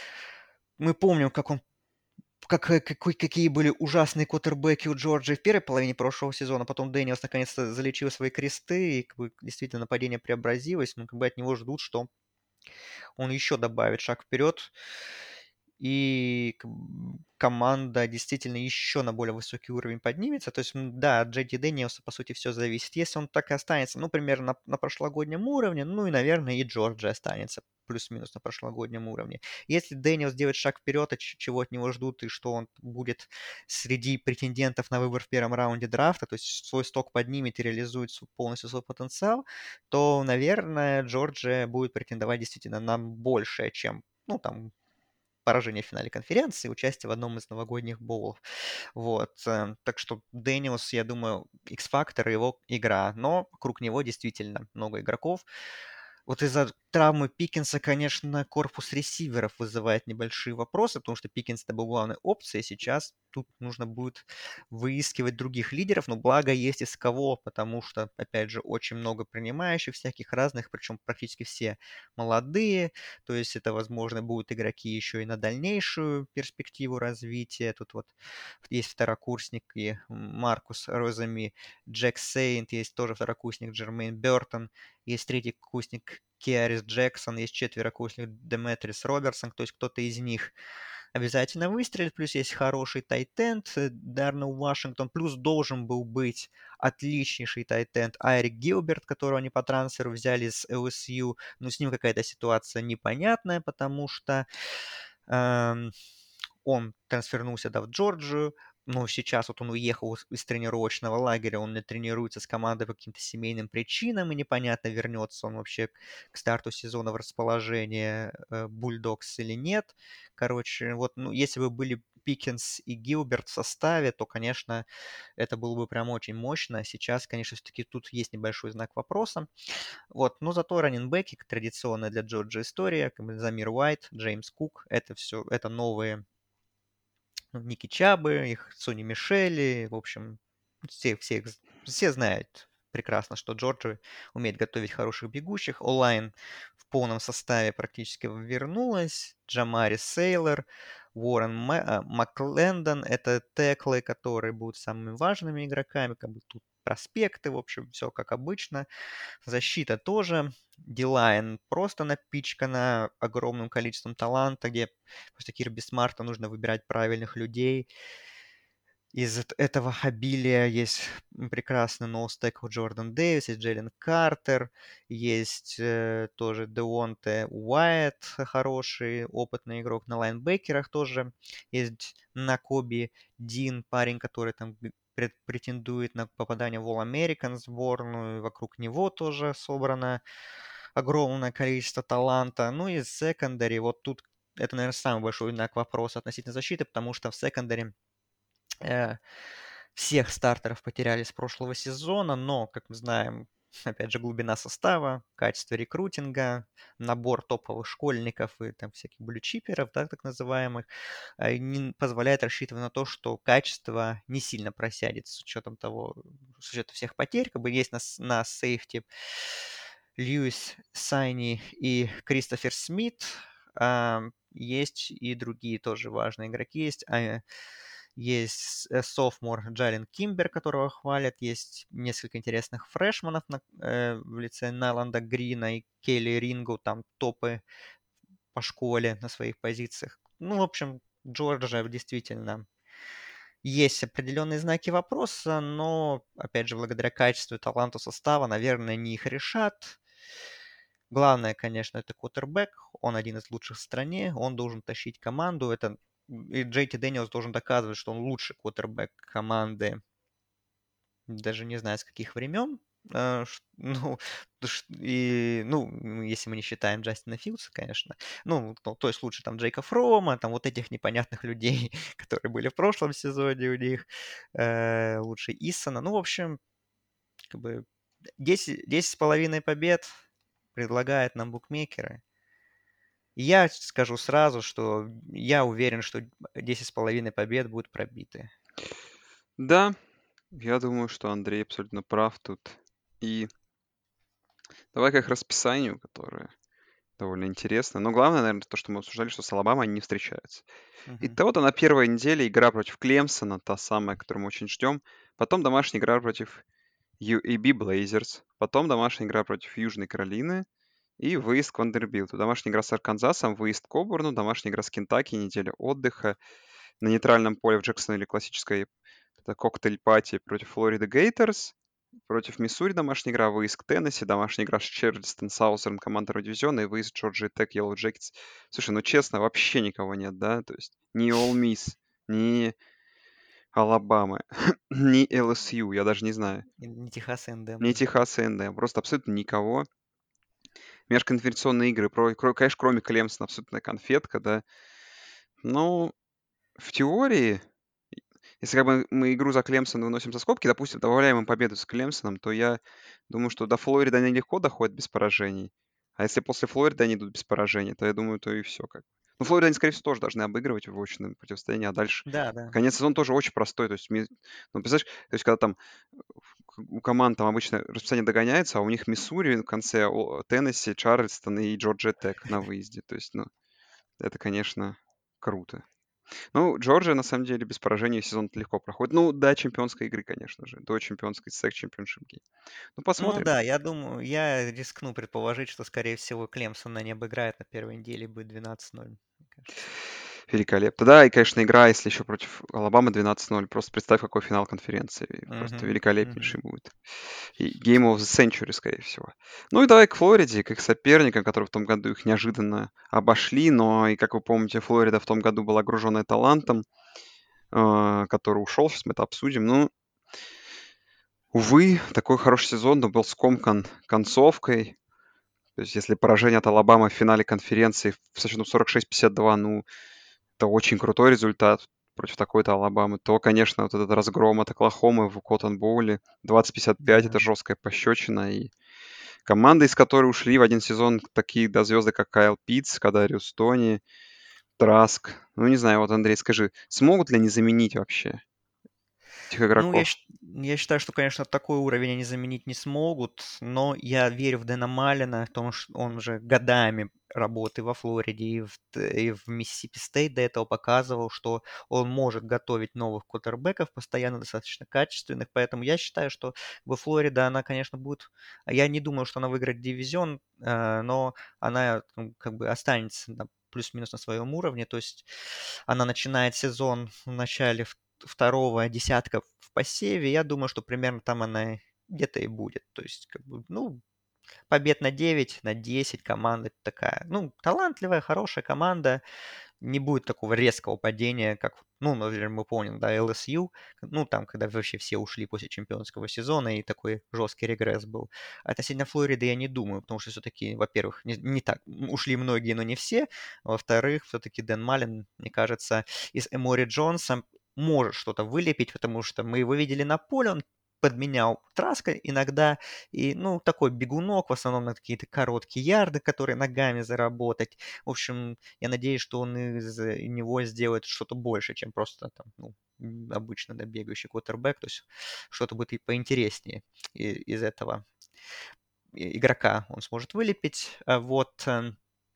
[SPEAKER 2] Мы помним, как он как, э, какой, какие были ужасные квотербеки у Джорджии в первой половине прошлого сезона. Потом Дэниелс наконец-то залечил свои кресты, и как бы, действительно нападение преобразилось. Но как бы от него ждут, что он еще добавит шаг вперед. И к- м, команда действительно еще на более высокий уровень поднимется. То есть, м, да, от Джеди Дэниелса, по сути, все зависит. Если он так и останется, ну, примерно на, на прошлогоднем уровне, ну и, наверное, и Джорджия останется плюс-минус на прошлогоднем уровне. Если Дэниелс делает шаг вперед, а ч- чего от него ждут, и что он будет среди претендентов на выбор в первом раунде драфта, то есть свой сток поднимет и реализует св- полностью свой потенциал, то, наверное, Джорджия будет претендовать действительно на большее, чем, ну, там, поражение в финале конференции, участие в одном из новогодних боулов. Вот. э, Так что Дэниус, я думаю, X-фактор его игра, но вокруг него действительно много игроков. Вот из-за травмы Пикинса, конечно, корпус ресиверов вызывает небольшие вопросы, потому что Пикинс это был главной опцией. Сейчас тут нужно будет выискивать других лидеров, но благо есть из кого, потому что, опять же, очень много принимающих всяких разных, причем практически все молодые, то есть это, возможно, будут игроки еще и на дальнейшую перспективу развития. Тут вот есть второкурсник и Маркус Розами, Джек Сейнт, есть тоже второкурсник Джермейн Бертон, есть третий курсник Киарис Джексон, есть четверокурсник Деметрис Робертсон, то есть кто-то из них обязательно выстрелит, плюс есть хороший тайтенд Дарнелл Вашингтон, плюс должен был быть отличнейший тайтенд Айрик Гилберт, которого они по трансферу взяли с Эл Эс Ю, но с ним какая-то ситуация непонятная, потому что эм, он трансфернулся, да, в Джорджию, но сейчас вот он уехал из из тренировочного лагеря, он не тренируется с командой по каким-то семейным причинам, и непонятно, вернется он вообще к к старту сезона в расположение э, Бульдогс или нет. Короче, вот, ну, если бы были Пикенс и Гилберт в составе, то, конечно, это было бы прям очень мощно. Сейчас, конечно, все-таки тут есть небольшой знак вопроса. Вот, но зато раненбеки, как традиционная для Джорджа история, как бы Замир Уайт, Джеймс Кук, это все, это новые ну, Ники Чабы, их Сони Мишели, в общем, все, все, их з- все знают прекрасно, что Джорджи умеет готовить хороших бегущих. Онлайн в полном составе практически вернулась. Джамари Сейлор, Уоррен Мэ- а, Маклендон — это теклы, которые будут самыми важными игроками, как бы тут проспекты, в общем, все как обычно. Защита тоже. Дилайн просто напичкана огромным количеством таланта, где после Кирби Смарта нужно выбирать правильных людей. Из эт- этого обилия есть м, прекрасный ноустек Джордан Дэвис, есть Джейлен Картер, есть э, тоже Деонте Уайт, хороший, опытный игрок на лайнбекерах тоже. Есть Накоби Дин, парень, который там г- пред- претендует на попадание в All-American сборную, вокруг него тоже собрано огромное количество таланта. Ну и секондари, вот тут это, наверное, самый большой знак вопроса относительно защиты, потому что в секондаре э, всех стартеров потеряли с прошлого сезона, но, как мы знаем, опять же, глубина состава, качество рекрутинга, набор топовых школьников и там всяких блючиперов, да, так называемых, а, не позволяет рассчитывать на то, что качество не сильно просядет с учетом того, с учетом всех потерь. Как бы есть на, с- на сейфти Льюис Сайни и Кристофер Смит. А, есть и другие тоже важные игроки. Есть а, есть э, софмор Джален Кимбер, которого хвалят. Есть несколько интересных фрешманов на- э, в лице Найланда Грина и Келли Рингу. Там топы по школе на своих позициях. Ну, в общем, Джорджия действительно есть определенные знаки вопроса, но, опять же, благодаря качеству и таланту состава, наверное, они их решат. Главное, конечно, это квотербек. Он один из лучших в стране. Он должен тащить команду. Это и Джей Ти Дэниелс должен доказывать, что он лучший квотербек команды, даже не знаю, с каких времен. Э, ш- Ну, ш- и, ну, м, если мы не считаем Джастина Филдса, конечно. Ну, то, то есть лучше там Джейка Фрома, там вот этих непонятных людей, которые были в прошлом сезоне у них, э, лучше Иссона. Ну, в общем, как бы десять, десять с половиной побед предлагают нам букмекеры. И я скажу сразу, что я уверен, что десять с половиной побед будут пробиты.
[SPEAKER 1] Да, я думаю, что Андрей абсолютно прав тут. И давай к их расписанию, которое довольно интересно. Но главное, наверное, то, что мы обсуждали, что с Алабамой они не встречаются.
[SPEAKER 2] Мгм.
[SPEAKER 1] Итого-то на первой неделе игра против Клемсона, та самая, которую мы очень ждем. Потом домашняя игра против ю эй би Blazers. Потом домашняя игра против Южной Каролины. И выезд к Вандербилту. Домашняя игра с Арканзасом, выезд к Оберну, домашняя игра с Кентаки, неделя отдыха. На нейтральном поле в Джексонвилле классическая это коктейль-пати против Флорида Гейтерс. Против Миссури домашняя игра, выезд к Теннесси, домашняя игра с Чарльстон, Саузерн, команда дивизиона, и выезд Джорджия Тек, Yellow Jackets. Слушай, ну честно, вообще никого нет, да? То есть ни Ole Miss, ни Алабамы, ни эл эс ю, я даже не знаю,
[SPEAKER 2] И не Техас A and M,
[SPEAKER 1] ни
[SPEAKER 2] да.
[SPEAKER 1] Техас A and M, просто абсолютно никого. Межконференционные игры, про- кро- конечно, кроме Клемсона, абсолютная конфетка, да. Ну, в теории, если как бы мы игру за Клемсон выносим за скобки, допустим, добавляем им победу с Клемсоном, то я думаю, что до Флориды они легко доходят без поражений. А если после Флориды они идут без поражений, то я думаю, то и все как. Ну, Флориду они, скорее всего, тоже должны обыгрывать в очном противостоянии, а дальше
[SPEAKER 2] Да, да.
[SPEAKER 1] конец сезона тоже очень простой. То есть, ми- ну, представляешь, то есть, когда там к- у команд там обычно расписание догоняется, а у них Миссури в конце, о, Теннесси, Чарльстон и Джорджия Тек на выезде. То есть, ну, это, конечно, круто. Ну, Джорджия, на самом деле, без поражений сезон легко проходит. Ну, до чемпионской игры, конечно же. До чемпионской сек чемпионшип гейм. Ну,
[SPEAKER 2] Ну
[SPEAKER 1] посмотрим.
[SPEAKER 2] да, я думаю, я рискну предположить, что, скорее всего, Клемсона не обыграет на первой неделе, будет двенадцать ноль, мне кажется.
[SPEAKER 1] Великолепно. Да, и, конечно, игра, если еще против Алабамы двенадцать ноль. Просто представь, какой финал конференции. Просто
[SPEAKER 2] Мгм, мгм.
[SPEAKER 1] великолепнейший будет. И Game of the Century, скорее всего. Ну и давай к Флориде, к их соперникам, которые в том году их неожиданно обошли. Но, и как вы помните, Флорида в том году была окруженная талантом, э, который ушел. Сейчас мы это обсудим. Ну, увы, такой хороший сезон, но был скомкан концовкой. То есть если поражение от Алабамы в финале конференции со счетом сорок шесть пятьдесят два, ну, это очень крутой результат против такой-то Алабамы, то, конечно, вот этот разгром от Оклахомы в Коттон-Боуле двадцать пятьдесят пять — это
[SPEAKER 2] Да.
[SPEAKER 1] жесткая пощечина. И команды, из которой ушли в один сезон такие да, звезды, как Кайл Питтс, Кадариус Тони, Траск. Ну, не знаю, вот, Андрей, скажи, смогут ли они заменить вообще этих
[SPEAKER 2] Ну, я,
[SPEAKER 1] игроков?
[SPEAKER 2] щ- я считаю, что, конечно, такой уровень они заменить не смогут, но я верю в Дэна Малина, потому что он уже годами работы во Флориде и в, Т- и в Миссисипи Стейт до этого показывал, что он может готовить новых квотербеков, постоянно достаточно качественных, поэтому я считаю, что во Флорида она, конечно, будет... Я не думаю, что она выиграет дивизион, э, но она ну, как бы останется на плюс-минус на своем уровне, то есть она начинает сезон в начале второго десятка в посеве, я думаю, что примерно там она где-то и будет. То есть, как бы, ну, побед на девять, на десять команда такая. Ну, талантливая, хорошая команда. не будет такого резкого падения, как, ну, например, мы помним, да, эл эс ю, ну, там, когда вообще все ушли после чемпионского сезона, и такой жесткий регресс был. Относительно Флориды я не думаю, потому что все-таки, во-первых, не, не так, ушли многие, но не все, а во-вторых, все-таки Дэн Маллен, мне кажется, из Эмори Джонса может что-то вылепить, потому что мы его видели на поле, он подменял Траска иногда, и, ну, такой бегунок, в основном на какие-то короткие ярды, которые ногами заработать. В общем, я надеюсь, что он из него сделает что-то больше, чем просто там, ну, м, обычно да, бегающий квотербек, то есть что-то будет и поинтереснее и- из этого и- игрока он сможет вылепить. А вот эм,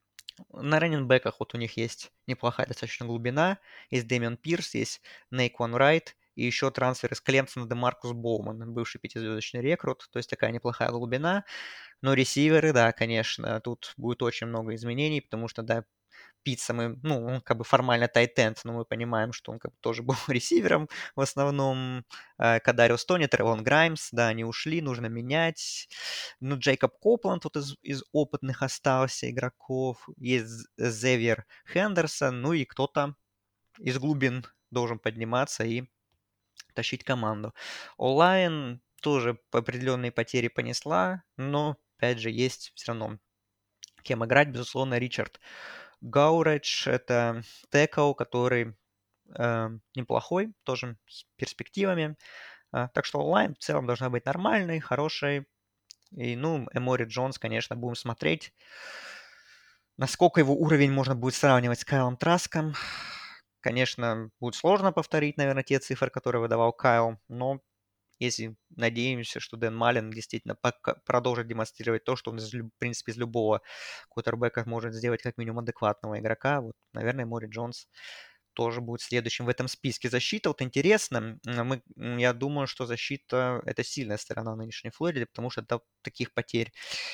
[SPEAKER 2] на раненбеках вот у них есть неплохая достаточно глубина. Есть Дэмиан Пирс, есть Нейкван Райт, и еще трансфер из Клемсона Демаркус Боуман, бывший пятизвездочный рекрут, то есть такая неплохая глубина. Но ресиверы, да, конечно, тут будет очень много изменений, потому что, да, Питца мы, ну, он как бы формально тайтенд, но мы понимаем, что он как бы тоже был ресивером в основном. Э, Кадариус Тони, Тревон Граймс, да, они ушли, нужно менять. Ну, Джейкоб Копланд тут из, из опытных остался игроков. Есть Зевер Хендерсон, ну и кто-то из глубин должен подниматься и тащить команду. Онлайн тоже определенные потери понесла, но, опять же, есть все равно кем играть. Безусловно, Ричард Гауредж — это текл, который э, неплохой, тоже с перспективами. А, так что онлайн в целом должна быть нормальной, хорошей. И, ну, Эмори Джонс, конечно, будем смотреть, насколько его уровень можно будет сравнивать с Кайлом Траском. Конечно, будет сложно повторить, наверное, те цифры, которые выдавал Кайл, но если надеемся, что Дэн Маллен действительно пока продолжит демонстрировать то, что он, из, люб- в принципе, из любого квотербека может сделать как минимум адекватного игрока, вот, наверное, Мори Джонс тоже будет следующим в этом списке. Защита, вот интересно, м, мы, м, я думаю, что защита — это сильная сторона нынешней Флориды, потому что та- таких потерь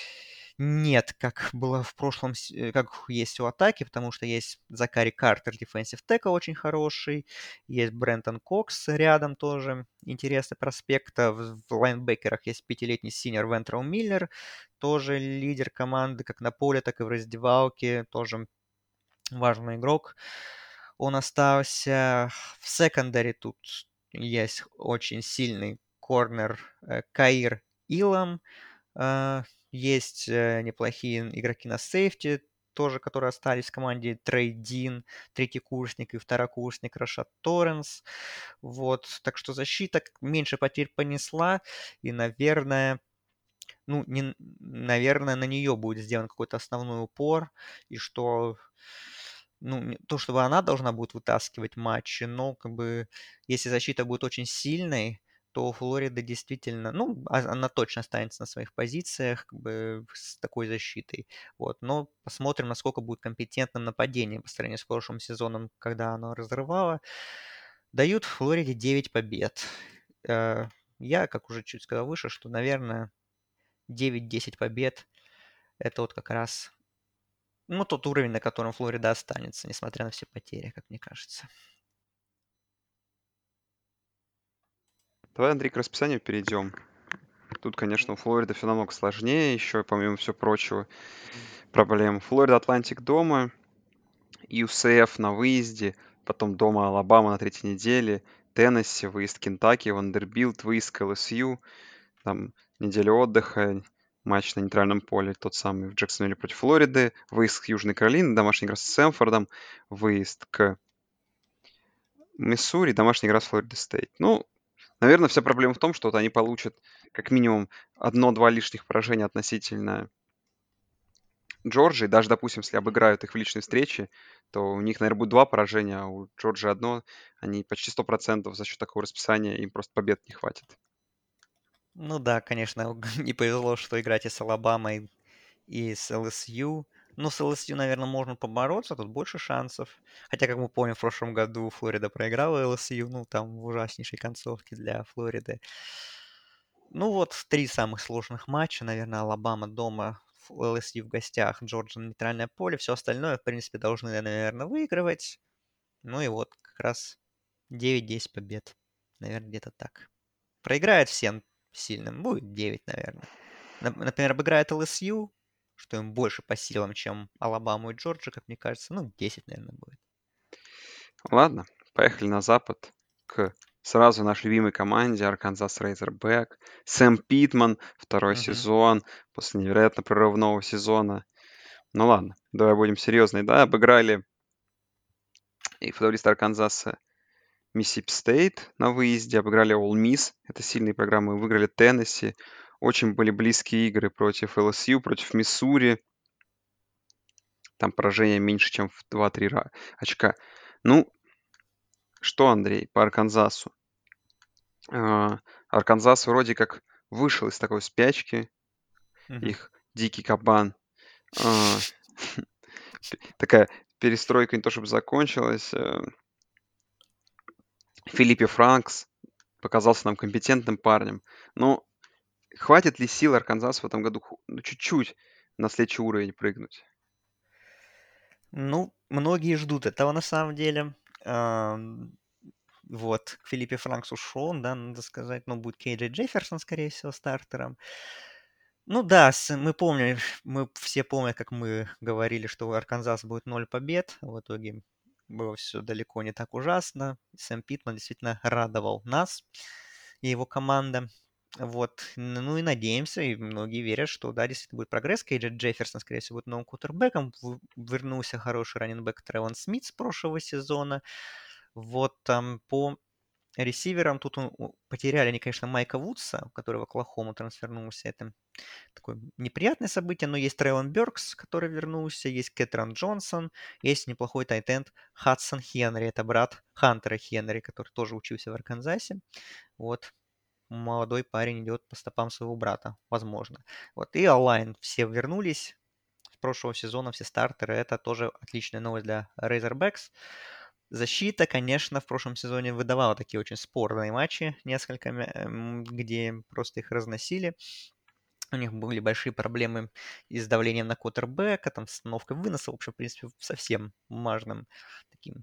[SPEAKER 2] нет, как было в прошлом, с- э, как есть у атаки, потому что есть Закари Картер, defensive tackle очень хороший, есть Брентон Кокс рядом тоже, интересный проспект. А В, в лайнбекерах есть пятилетний синер Вентрел Миллер, тоже лидер команды, как на поле, так и в раздевалке, тоже важный игрок. Он остался в секондаре, тут есть очень сильный корнер э, Каир Илам, а, есть э, неплохие игроки на сейфти, тоже, которые остались в команде. Трей Дин, третий курсник и второкурсник Рашад Торренс. Вот, так что защита к- меньше потерь понесла, и, наверное, ну, не, наверное, на нее будет сделан какой-то основной упор, и что, ну, не- то, чтобы она должна будет вытаскивать матчи, но, как бы, если защита будет очень сильной, то Флорида действительно, ну, а- она точно останется на своих позициях, как бы, с такой защитой. Вот, но посмотрим, насколько будет компетентным нападение по сравнению с прошлым сезоном, когда оно разрывало. Дают Флориде девять побед. Э, Я, как уже чуть сказал выше, что, наверное, девять-десять побед — это вот как раз, ну, тот уровень, на котором Флорида останется, несмотря на все потери, как мне кажется.
[SPEAKER 1] Давай, Андрей, к расписанию перейдем. Тут, конечно, у Флориды все намного сложнее, еще, помимо всего прочего, проблем. Флорида Атлантик дома, ю си эф на выезде, потом дома Алабама на третьей неделе, Теннесси, выезд Кентаки, Вандербилт, выезд к эл эс ю, там неделя отдыха, матч на нейтральном поле, тот самый в Джексонвилле против Флориды, выезд к Южной Каролине, домашний игра с Сэмфордом, выезд к Миссури, домашняя игра с Флорида Стейт. Ну, наверное, вся проблема в том, что вот они получат как минимум одно-два лишних поражения относительно Джорджии. Даже, допустим, если обыграют их в личной встрече, то у них, наверное, будет два поражения, а у Джорджии одно. Они почти сто процентов за счет такого расписания, им просто побед не хватит.
[SPEAKER 2] Ну да, конечно, не повезло, что играть и с Алабамой, и с эл эс ю. Ну, с эл эс ю, наверное, можно побороться, тут больше шансов. Хотя, как мы помним, в прошлом году Флорида проиграла эл эс ю, ну, там в ужаснейшей концовке для Флориды. Ну вот, три самых сложных матча, наверное, Алабама дома, Ф- эл эс ю в гостях, Джорджия на нейтральное поле. Все остальное, в принципе, должны, наверное, выигрывать. Ну и вот, как раз девять-десять побед. Наверное, где-то так. Проиграет всем сильным, будет девять, наверное. Нап- Например, обыграет эл эс ю, что им больше по силам, чем Алабаму и Джорджию, как мне кажется, ну, десять, наверное, будет.
[SPEAKER 1] Ладно, поехали на запад к сразу нашей любимой команде Arkansas Razorback. Сэм Питман, второй
[SPEAKER 2] Мгм.
[SPEAKER 1] сезон, после невероятно прорывного сезона. Ну ладно, давай будем серьезные. Да, обыграли и футболисты Арканзаса Миссисипи Стейт на выезде, обыграли Ole Miss, это сильные программы, выиграли Теннесси. Очень были близкие игры против эл эс ю, против Миссури. Там поражение меньше, чем в два-три ра- очка. Ну, что, Андрей, по Арканзасу? А, Арканзас вроде как вышел из такой спячки,
[SPEAKER 2] Мгм.
[SPEAKER 1] их дикий кабан. А, Такая перестройка не то чтобы закончилась. э, Филиппе Франкс показался нам компетентным парнем. Но хватит ли сил Арканзас в этом году ху- ну, чуть-чуть на следующий уровень прыгнуть?
[SPEAKER 2] Ну, многие ждут этого на самом деле. Ам, Вот, Филиппе Франкс ушел, да, надо сказать, но будет Кейджей Джефферсон, скорее всего, стартером. Ну да, с- мы помним, мы все помнят, как мы говорили, что у Арканзас будет ноль побед. В итоге было все далеко не так ужасно. Сэм Питман действительно радовал нас и его команда. Вот. Н- Ну и надеемся, и многие верят, что да, действительно будет прогресс. Кейджи Джефферсон, скорее всего, будет новым кутербэком. В- Вернулся хороший раненбэк Тревон Смит с прошлого сезона. Вот там по ресиверам тут он- у- потеряли они, конечно, Майка Вудса, который в Оклахому трансфернулся. Это такое неприятное событие, но есть Тревон Бёркс, который вернулся, есть Кэтрон Джонсон, есть неплохой тайтенд Хадсон Хенри, это брат Хантера Хенри, который тоже учился в Арканзасе. Вот, молодой парень идет по стопам своего брата, возможно. Вот, и онлайн все вернулись с прошлого сезона, все стартеры, это тоже отличная новость для Razorbacks. Защита, конечно, в прошлом сезоне выдавала такие очень спорные матчи, несколько, мя- м, где просто их разносили. У них были большие проблемы и с давлением на квотербека, там, с остановкой выноса, в общем, в принципе, совсем важным таким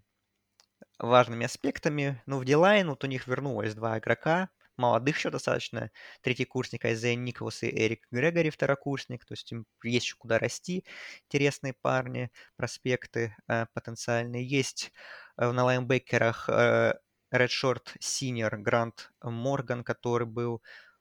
[SPEAKER 2] важными аспектами. Но в Дилайн вот у них вернулось два игрока, молодых еще достаточно. Третий курсник Айзея Николас и Эрик Грегори, второкурсник. То есть им есть еще куда расти. Интересные парни, проспекты э, потенциальные. Есть э, на лайнбекерах э, Редшорт Синьор Грант Морган, который был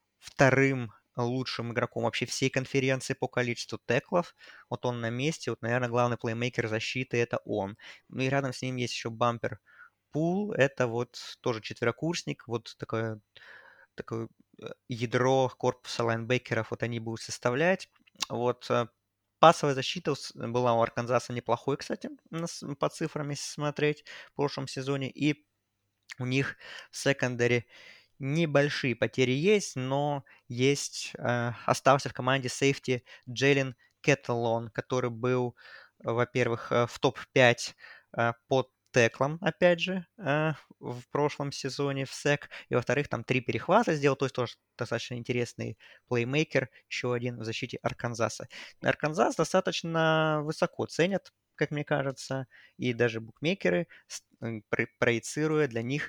[SPEAKER 2] вторым лучшим игроком вообще всей конференции по количеству теклов. Вот он на месте, вот, наверное, главный плеймейкер защиты — это он. Ну и рядом с ним есть еще бампер Пул, это вот тоже четверокурсник, вот такое, такое э, ядро корпуса лайнбекеров, вот они будут составлять. Вот э, пасовая защита у с- была у Арканзаса неплохой, кстати, на с- по цифрам, если смотреть в прошлом сезоне. И у них в секондаре небольшие потери есть, но есть, э, остался в команде сейфти Джейлен Кеттлон, который был, э, во-первых, э, в топ пять э, по теклам, опять же, э, в прошлом сезоне в сек, и во-вторых, там три перехвата сделал, то есть тоже достаточно интересный плеймейкер, еще один в защите Арканзаса. Арканзас достаточно высоко ценят, как мне кажется, и даже букмекеры, с- м, про- проецируя для них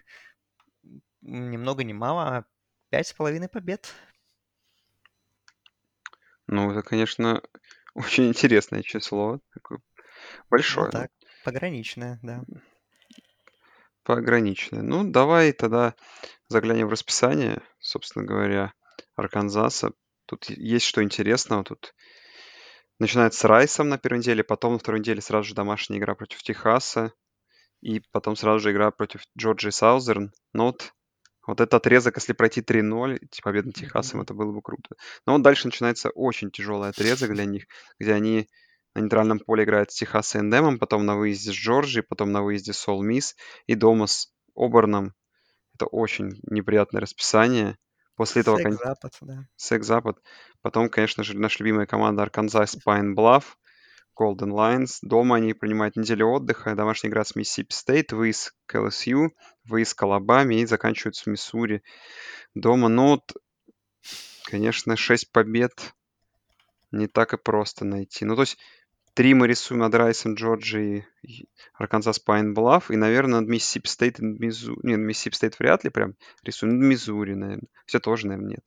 [SPEAKER 2] ни много ни мало, а пять с половиной побед.
[SPEAKER 1] Ну, это, конечно, очень интересное число, такое
[SPEAKER 2] Ну
[SPEAKER 1] большое, ну,
[SPEAKER 2] так, пограничная, да.
[SPEAKER 1] пограничное. Ну, давай тогда заглянем в расписание, собственно говоря, Арканзаса. Тут е- есть что интересного. Тут начинается с Райсом на первой неделе, потом на второй неделе сразу же домашняя игра против Техаса, и потом сразу же игра против Джорджии Саузерн. Ну вот, вот этот отрезок, если пройти три ноль, типа победа над Техасом,
[SPEAKER 2] Мгм.
[SPEAKER 1] это было бы круто. Но вот дальше начинается очень тяжелый отрезок для них, где они на нейтральном поле играют с Техас A and M, потом на выезде с Джорджией, потом на выезде с Ole Miss и дома с Оберном. Это очень неприятное расписание. После этого кон-
[SPEAKER 2] Секс-запад, да.
[SPEAKER 1] Секс-Запад. Потом, конечно же, наша любимая команда Arkansas Pine Bluff, Golden Lions. Дома они принимают неделю отдыха, домашняя игра с Mississippi State, выезд к эл эс ю, выезд к Алабаме и заканчивают в Миссури. Дома, ну, вот, конечно, шесть побед не так и просто найти. Ну, то есть три мы рисуем над Райсом, Джорджией, и Arkansas Pine Bluff, и, наверное, над Mississippi State и Мизури. Нет, Mississippi State вряд ли прям рисуем. Над Миссури, наверное. Все тоже, наверное, нет.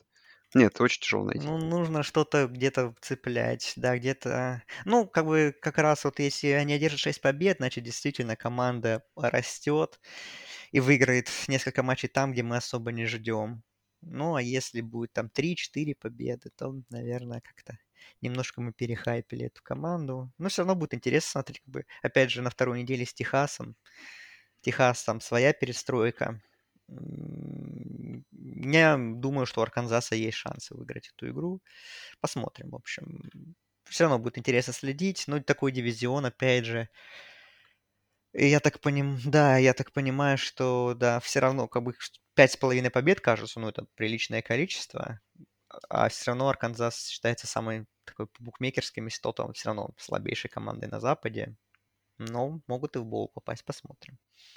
[SPEAKER 1] Нет, очень тяжело найти.
[SPEAKER 2] Ну, нужно что-то где-то цеплять, да, где-то... Ну, как бы как раз вот если они одержат шесть побед, значит, действительно команда растет и выиграет несколько матчей там, где мы особо не ждем. Ну, а если будет там три-четыре победы, то, наверное, как-то немножко мы перехайпили эту команду. Но все равно будет интересно смотреть, как бы, опять же, на второй неделе с Техасом. Техас там своя перестройка. М, Я думаю, что у Арканзаса есть шансы выиграть эту игру. Посмотрим, в общем. Все равно будет интересно следить. Ну, такой дивизион, опять же. И я так поним... Да, я так понимаю, что, да, все равно, как бы, пять с половиной побед кажется, ну, это приличное количество. А все равно Арканзас считается самой такой по букмекерским, если то, он все равно слабейшей командой на Западе. Но могут и в боул попасть, посмотрим.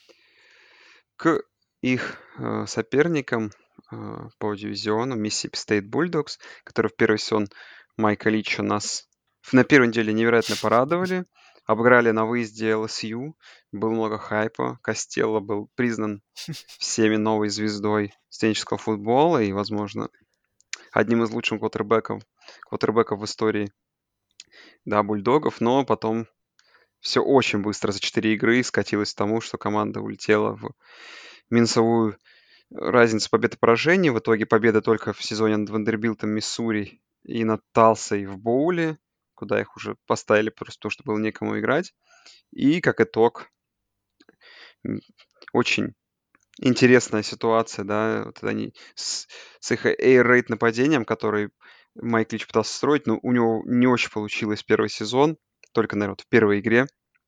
[SPEAKER 1] К их э, соперникам э, по дивизиону Mississippi State Bulldogs, которые в первый сезон Майка Лича нас в- на первой неделе невероятно порадовали. Обыграли на выезде эл эс ю. Было много хайпа. Костелло был признан всеми новой звездой студенческого футбола и, возможно, одним из лучших квотербеков, квотербеков в истории, да, бульдогов. Но потом все очень быстро за четыре игры скатилось к тому, что команда улетела в минусовую разницу побед и поражений. В итоге победа только в сезоне над Вандербилтом, Миссури и над Талсой в боуле, куда их уже поставили просто потому, что было некому играть. И как итог, м, очень интересная ситуация, да, вот они с, с их air raid нападением, который Майк Лич пытался строить, но у него не очень получилось первый сезон, только, наверное, вот в первой игре.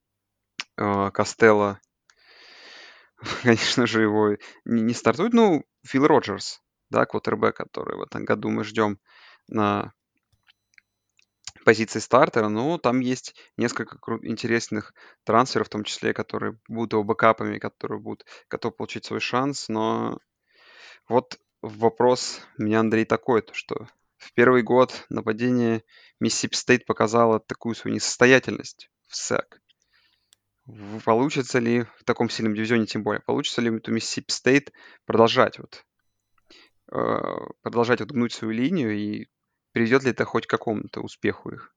[SPEAKER 1] Э, Костелло, конечно же, его не, не стартует. Ну, Фил Роджерс, да, квотербек, который в этом году мы ждем на позиции стартера. Но там есть несколько кру- интересных трансферов, в том числе, которые будут его бэкапами, которые будут готовы получить свой шанс. Но вот вопрос у меня, Андрей, такой, то что в первый год нападение Миссисипи Стейт показало такую свою несостоятельность в сэк. В- Получится ли в таком сильном дивизионе, тем более, получится ли у Миссисипи Стейт продолжать вот, э, продолжать вот гнуть свою линию и приведет ли это хоть к какому-то успеху их?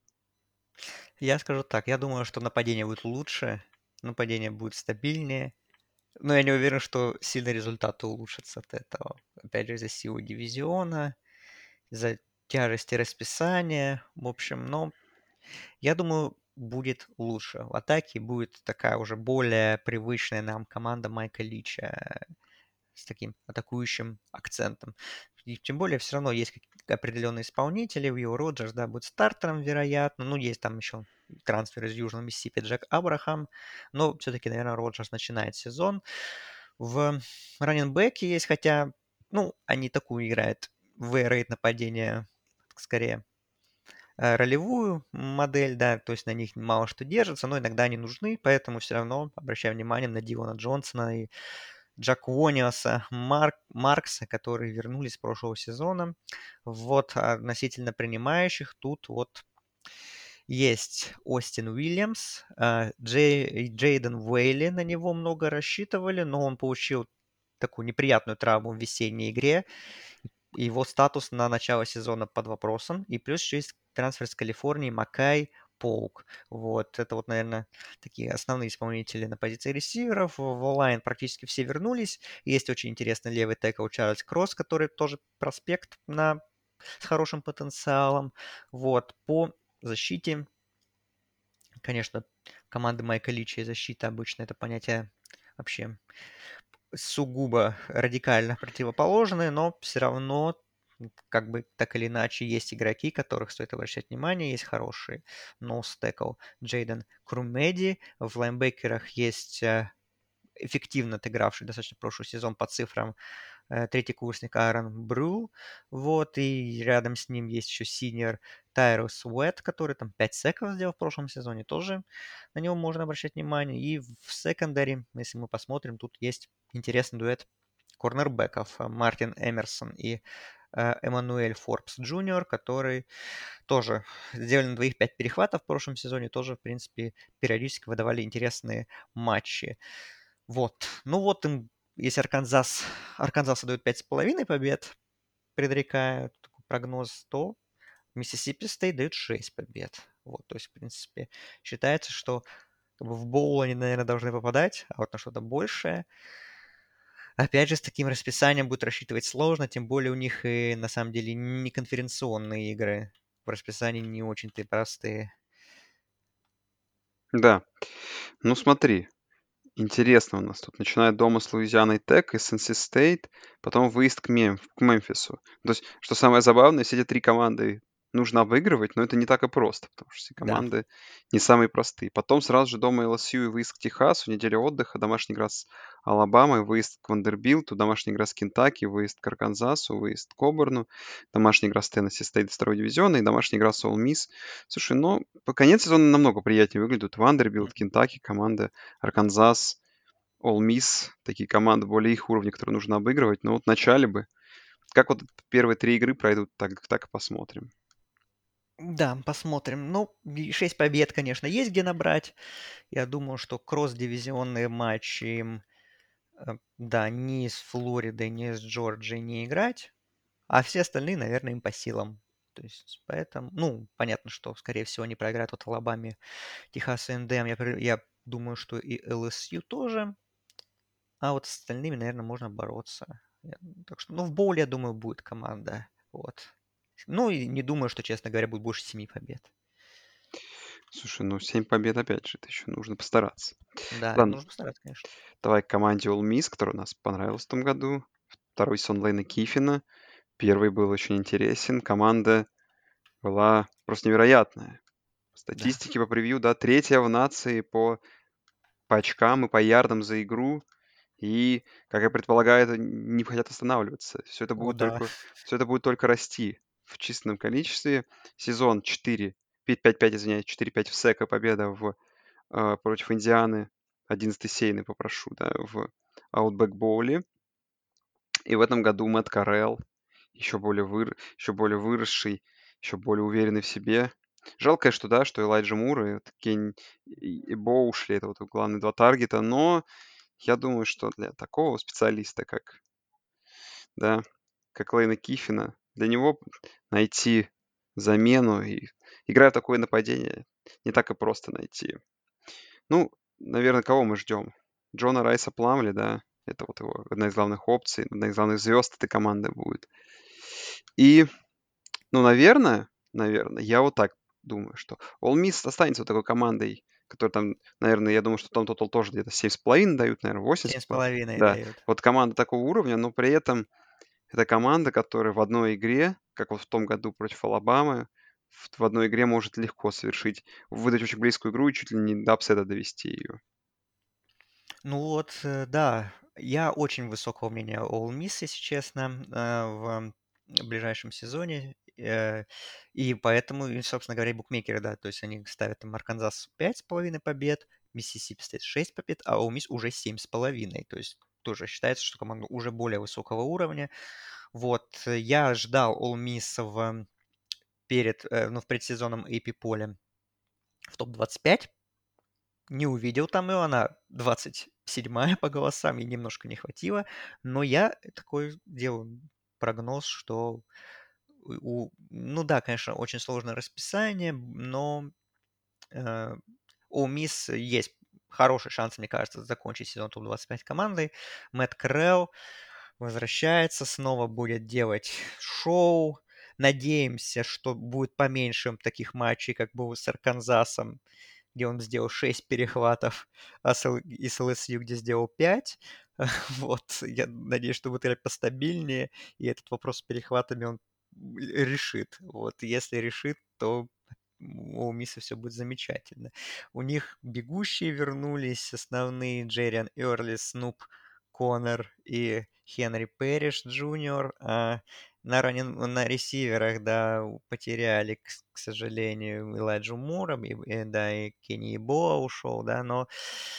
[SPEAKER 2] Я скажу так, я думаю, что нападение будет лучше, нападение будет стабильнее, но я не уверен, что сильно результаты улучшатся от этого. Опять же, из-за силы дивизиона, из-за тяжести расписания, в общем, но я думаю, будет лучше. В атаке будет такая уже более привычная нам команда Майка Лича с таким атакующим акцентом. И тем более все равно есть какие-то определенные исполнители. Уилл Роджерс, да, будет стартером, вероятно. Ну, есть там еще трансфер из Южного Миссисипи Джек Абрахам. Но все-таки, наверное, Роджерс начинает сезон. В раненбеке есть, хотя, ну, они такую играют в рейд нападения, скорее э, ролевую модель, да, то есть на них мало что держится, но иногда они нужны, поэтому все равно обращаем внимание на Дилана Джонсона и Джакуониоса Марк, Маркса, которые вернулись с прошлого сезона. Вот относительно принимающих тут вот есть Остин Уильямс, а, Джей, Джейден Уэйли, на него много рассчитывали, но он получил такую неприятную травму в весенней игре. Его статус на начало сезона под вопросом. И плюс еще есть трансфер с Калифорнии Макай Полк. Вот, это вот, наверное, такие основные исполнители на позиции ресиверов. В онлайн практически все вернулись. Есть очень интересный левый текл Чарльз Кросс, который тоже проспект на... с хорошим потенциалом. Вот, по защите, конечно, команды Майка Лича и защита обычно это понятие вообще сугубо радикально противоположные, но все равно как бы так или иначе есть игроки, которых стоит обращать внимание, есть хорошие нос текл Джейден Крумеди, в лайнбекерах есть э, эффективно отыгравший достаточно прошлый сезон по цифрам э, третий курсник Аарон Брул, вот, и рядом с ним есть еще синьор Тайрус Уэт, который там пять секов сделал в прошлом сезоне, тоже на него можно обращать внимание. И в секондаре, если мы посмотрим, тут есть интересный дуэт корнербеков э, Мартин Эмерсон и э, Эммануэль Форбс Джуниор, который тоже сделали на двоих пять перехватов в прошлом сезоне, тоже, в принципе, периодически выдавали интересные матчи. Вот. Ну вот им, если Арканзас, Арканзас дает пять с половиной побед, предрекают, прогноз, то Миссисипи Стейт дают шесть побед. Вот, то есть, в принципе, считается, что как бы в боул они, наверное, должны попадать, а вот на что-то большее. Опять же, с таким расписанием будет рассчитывать сложно, тем более у них и на самом деле не конференционные игры. В расписании не очень-то и простые.
[SPEAKER 1] Да. Ну смотри, интересно у нас тут. Начинает дома с Луизианой Тек и Сенси Стейт, потом выезд к, Мем- к Мемфису. То есть, что самое забавное, все эти три команды нужно обыгрывать, но это не так и просто, потому что все
[SPEAKER 2] Да.
[SPEAKER 1] команды не самые простые. Потом сразу же дома Л С Ю и выезд к Техасу, неделя отдыха, домашний игра с Алабамой, выезд к Вандербилту, домашняя игра с Кентаки, выезд к Арканзасу, выезд к Оберну, домашняя игра с Теннесси Стейт из второго дивизиона и домашняя игра с Ол Мисс. Слушай, ну, по конец сезона намного приятнее выглядят. Вандербилт,
[SPEAKER 2] Мгм.
[SPEAKER 1] Кентаки, команда Арканзас, Ол Мисс, такие команды более их уровня, которые нужно обыгрывать. Но вот в начале бы, как вот первые три игры пройдут, так, так и посмотрим.
[SPEAKER 2] Да, посмотрим. Ну, и шесть побед, конечно, есть где набрать. Я думаю, что кросс-дивизионные матчи им, э, да, ни с Флоридой, ни с Джорджией не играть, а все остальные, наверное, им по силам. То есть, поэтому, ну, понятно, что, скорее всего, они проиграют от Алабаме, Техас A&M. Я, при- я думаю, что и Л С Ю тоже. А вот с остальными, наверное, можно бороться. Я- Так что, ну, в боуле, я думаю, будет команда. Вот. Ну, и не думаю, что, честно говоря, будет больше семи побед.
[SPEAKER 1] Слушай, ну семь побед опять же, это еще нужно постараться.
[SPEAKER 2] Да,
[SPEAKER 1] Ладно,
[SPEAKER 2] нужно стараться, конечно.
[SPEAKER 1] давай к команде Ole Miss, которая у нас понравилась в том году. Второй сон Лейна Киффина. Первый был очень интересен. Команда была просто невероятная. По
[SPEAKER 2] Да.
[SPEAKER 1] статистике, по превью, да, третья в нации по, по очкам и по ярдам за игру. И, как я предполагаю, это не хотят останавливаться. Все это
[SPEAKER 2] О,
[SPEAKER 1] будет
[SPEAKER 2] да.
[SPEAKER 1] только, все это будет только расти в численном количестве. Сезон четыре, пять-пять, извиняюсь, четыре пять в сека, победа в, а, против Индианы. Одиннадцатый сейный попрошу, да, в Outback Боуле. И в этом году Мэтт Карелл, еще более, выр... еще более выросший, еще более уверенный в себе. Жалко, что да, что Элайджа Мур и вот Кейн и и Бо ушли, это вот главные два таргета, но я думаю, что для такого специалиста, как, да, как Лейна Киффина, для него найти замену и играя в такое нападение, не так и просто найти. Ну, наверное, кого мы ждем? Джона Райса Пламли, да, это вот его одна из главных опций, одна из главных звезд этой команды будет. И, ну, наверное, наверное, я вот так думаю, что All Miss останется вот такой командой, которая там, наверное, я думаю, что там тотал тоже где-то семь с половиной дают, наверное, восемь с
[SPEAKER 2] Семь с
[SPEAKER 1] половиной.
[SPEAKER 2] половиной
[SPEAKER 1] Да,
[SPEAKER 2] дают.
[SPEAKER 1] вот команда такого уровня, но при этом это команда, которая в одной игре, как вот в том году против Алабамы, в, в одной игре может легко совершить, выдать очень близкую игру и чуть ли не до апсета довести ее.
[SPEAKER 2] Ну вот, э, да, я очень высокого мнения о Ole Miss, если честно, э, в ближайшем сезоне. Э, И поэтому, и, собственно говоря, и букмекеры, да, то есть они ставят там Арканзас пять с половиной побед, Миссисипи стоит шесть побед, а Ole Miss уже семь с половиной. То есть тоже считается, что команда уже более высокого уровня. Вот, э, я ждал Ole Miss в, перед, э, ну, в предсезонном A P поле в топ двадцать пять. Не увидел там ее, она двадцать седьмая по голосам, ей немножко не хватило. Но я такой делаю прогноз, что у, у- ну да, конечно, очень сложное расписание, но э, у Мисс есть хороший шанс, мне кажется, закончить сезон топ двадцать пять командой. Мэтт Крелл возвращается, снова будет делать шоу. Надеемся, что будет поменьше таких матчей, как был с Арканзасом, где он сделал шесть перехватов, а с Л- и с Л С Ю, где сделал пять. Вот, я надеюсь, что будет играть постабильнее, и этот вопрос с перехватами он решит. Вот, если решит, то у Миса все будет замечательно. У них бегущие вернулись, основные Джерриан Эрли, Снуп Коннор и Хенри Пэриш Джуниор. А на, ранен... на ресиверах, да, потеряли, к, с- к сожалению, Элайджу Мура, и, и, да, и Кенни Боа ушел, да, но,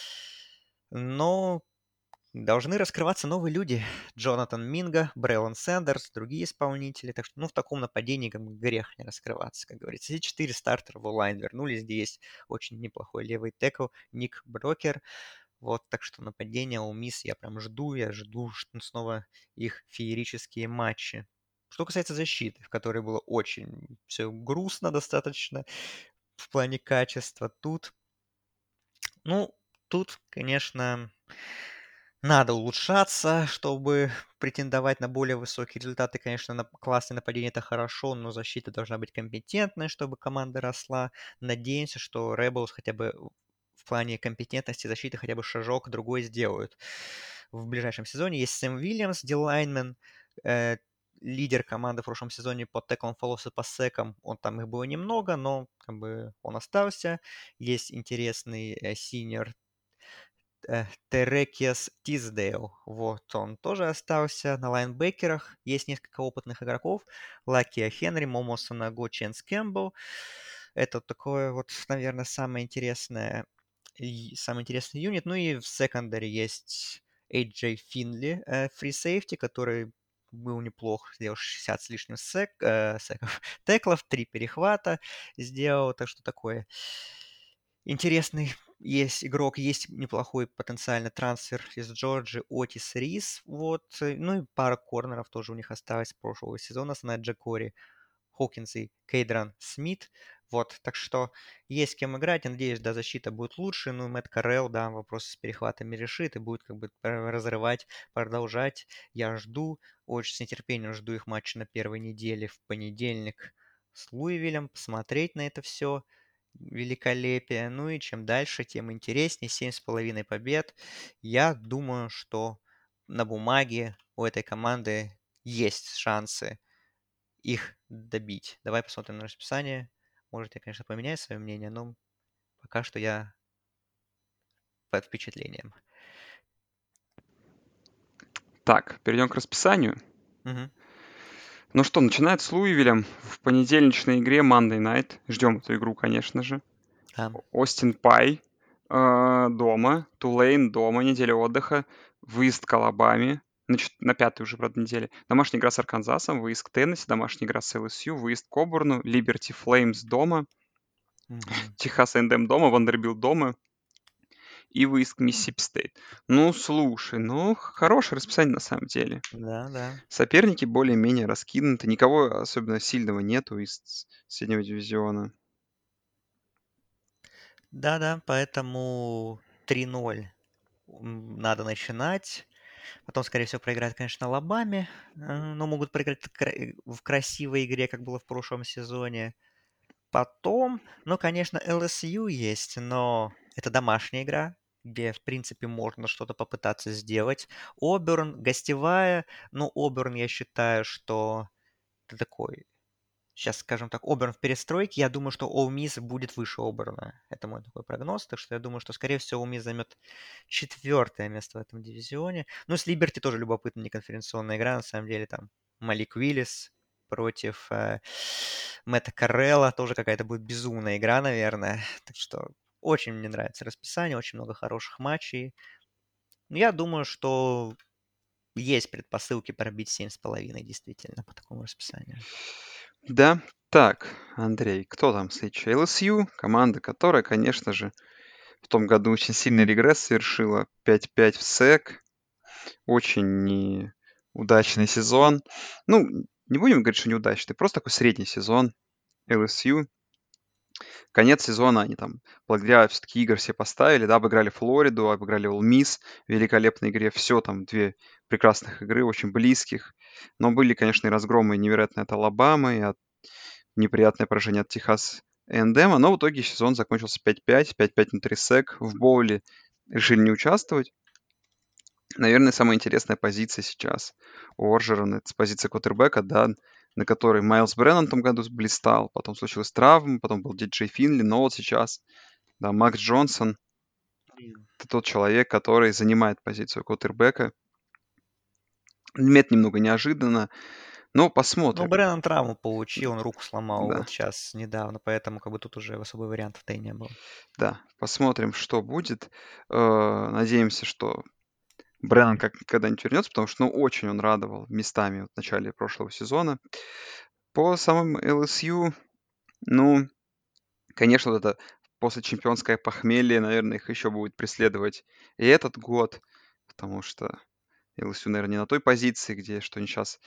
[SPEAKER 2] но должны раскрываться новые люди. Джонатан Минго, Брэйлон Сэндерс, другие исполнители. Так что, ну, в таком нападении как бы грех не раскрываться, как говорится. Все четыре стартера в онлайн вернулись, где есть очень неплохой левый текл Ник Брокер. Вот, так что нападение у Мисс я прям жду, я жду что снова их феерические матчи. Что касается защиты, в которой было очень все грустно достаточно в плане качества, тут, ну, тут, конечно, надо улучшаться, чтобы претендовать на более высокие результаты. Конечно, на классное нападение — это хорошо, но защита должна быть компетентной, чтобы команда росла. Надеемся, что Rebels хотя бы в плане компетентности защиты хотя бы шажок другой сделают в ближайшем сезоне. Есть Сэм Уильямс, дилайнмен, э, лидер команды в прошлом сезоне по теклам, фолловс и по секам. Он там их было немного, но как бы он остался. Есть интересный э, синьор э, Терекиас Тиздейл. Вот, он тоже остался. На лайнбекерах есть несколько опытных игроков. Лакия Хенри, Момо Санаго, Ченс Кэмпбелл. Это такое вот, наверное, самое интересное, и- самый интересный юнит. Ну и в секондаре есть Эй Джей Финли, фри сейфти, который был неплох, сделал шестьдесят с лишним сек, э, секов, теклов, три перехвата сделал, так что такое интересный есть игрок, есть неплохой потенциально трансфер из Джорджии Отис Рис, вот, э, ну и пара корнеров тоже у них осталось с прошлого сезона с Наджа Кори, Хокинс и Кейдран Смит, вот, так что есть с кем играть, я надеюсь, да, защита будет лучше, ну и Мэтт Карелл, да, вопросы с перехватами решит и будет как бы р- разрывать, продолжать, я жду, очень с нетерпением жду их матча на первой неделе в понедельник с Луивиллем, посмотреть на это все, великолепие. Ну и чем дальше, тем интереснее. Семь с половиной побед. Я думаю, что на бумаге у этой команды есть шансы их добить. Давай посмотрим на расписание. Может, я, конечно, поменяю свое мнение, но пока что я под впечатлением.
[SPEAKER 1] Так, перейдем к расписанию.
[SPEAKER 2] Мгм.
[SPEAKER 1] Ну что, начинает с Луивилем в понедельничной игре Monday Night. Ждем эту игру, конечно же.
[SPEAKER 2] Да.
[SPEAKER 1] Остин Пай э, дома, Тулейн дома, неделя отдыха, выезд к Алабаме, на, чет- на пятой уже, правда, неделе. Домашняя игра с Арканзасом, выезд к Теннесси, домашняя игра с эл эс ю, выезд к Оберну, Либерти Флеймс дома,
[SPEAKER 2] Мгм.
[SPEAKER 1] Техас A and M дома, Вандербилт дома и выезд к Миссисипи Стейт. Ну, слушай, ну, хорошее расписание на самом деле.
[SPEAKER 2] Да, да.
[SPEAKER 1] Соперники более-менее раскинуты, никого особенно сильного нету из среднего дивизиона.
[SPEAKER 2] Да, да, поэтому три ноль м, надо начинать. Потом, скорее всего, проиграют, конечно, Алабаме, э, но могут проиграть кра- в красивой игре, как было в прошлом сезоне. Потом, ну, конечно, эл эс ю есть, но это домашняя игра, где, в принципе, можно что-то попытаться сделать. Оберн гостевая, но Оберн, я считаю, что это такой, сейчас, скажем так, Оберн в перестройке. Я думаю, что Ole Miss будет выше Оберна. Это мой такой прогноз, так что я думаю, что, скорее всего, Ole Miss займет четвертое место в этом дивизионе. Ну, с Либерти тоже любопытная неконференционная игра, на самом деле, там Малик Уиллис против э, Мэтта Карелла, тоже какая-то будет безумная игра, наверное. Так что очень мне нравится расписание, очень много хороших матчей. Но я думаю, что есть предпосылки пробить семь с половиной действительно по такому расписанию.
[SPEAKER 1] Да, так, Андрей, кто там следующий? эл эс ю, команда, которая, конечно же, в том году очень сильный регресс совершила. пять пять в сек, очень неудачный сезон. Ну, не будем говорить, что неудачный, просто такой средний сезон эл эс ю. Конец сезона они там, благодаря все-таки игр все поставили, да, обыграли Флориду, обыграли Ол Мисс в великолепной игре. Все там, две прекрасных игры, очень близких. Но были, конечно, и разгромы невероятные от Алабамы, и от неприятное поражение от Техас A and M, но в итоге сезон закончился пять пять, пять пять на три сек. В боуле решили не участвовать. Наверное, самая интересная позиция сейчас у Оржерона — это с позиции квотербека, да, на которой Майлз Бреннан в том году блистал, потом случилась травма, потом был Диджей Финли, но вот сейчас, да, Макс Джонсон — это тот человек, который занимает позицию квотербека. Мет немного неожиданно, но
[SPEAKER 2] Ну,
[SPEAKER 1] посмотрим.
[SPEAKER 2] Бреннан травму получил, он руку сломал
[SPEAKER 1] Да,
[SPEAKER 2] вот сейчас недавно, поэтому как бы тут уже особо вариантов-то и не было.
[SPEAKER 1] да, посмотрим, что будет. Э, Надеемся, что Брэннон как когда-нибудь вернется, потому что, ну, очень он радовал местами вот в начале прошлого сезона. По самым эл эс ю, ну, конечно, вот это после чемпионское похмелье, наверное, их еще будет преследовать и этот год, потому что эл эс ю, наверное, не на той позиции, где что они сейчас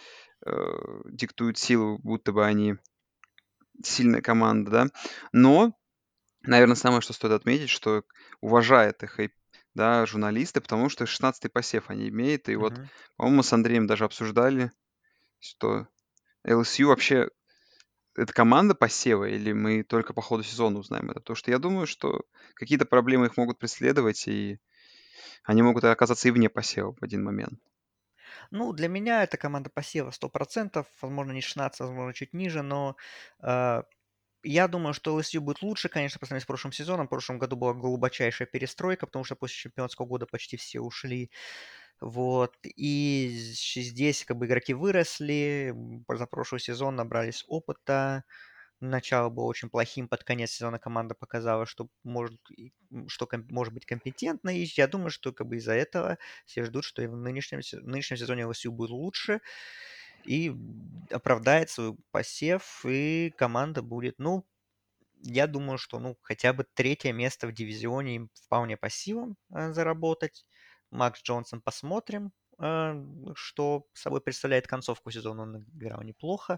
[SPEAKER 1] диктуют силу, будто бы они сильная команда, да. Но, наверное, самое, что стоит отметить, что уважает их и, да, журналисты, потому что шестнадцатый посев они имеют. И вот,
[SPEAKER 2] Мгм.
[SPEAKER 1] по-моему, с Андреем даже обсуждали, что эл эс ю вообще это команда посева или мы только по ходу сезона узнаем это? Потому что я думаю, что какие-то проблемы их могут преследовать, и они могут оказаться и вне посева в один момент.
[SPEAKER 2] Ну, для меня это команда посева сто процентов, возможно, не шестнадцать, возможно, чуть ниже, но э, я думаю, что эл эс ю будет лучше, конечно, по сравнению с прошлым сезоном. В прошлом году была глубочайшая перестройка, потому что после чемпионского года почти все ушли. Вот. И щ- здесь как бы игроки выросли, м, за прошлый сезон набрались опыта. Начало было очень плохим, под конец сезона команда показала, что может, и, м, что ком- может быть компетентной. И я думаю, что как бы из-за этого все ждут, что и в нынешнем, се- в нынешнем сезоне эл эс ю будет лучше и м, оправдает свой посев, и команда будет, ну, я думаю, что, ну, хотя бы третье место в дивизионе им вполне по силам э, заработать. Макс Джонсон посмотрим, э, что собой представляет концовку сезона. Он играл неплохо.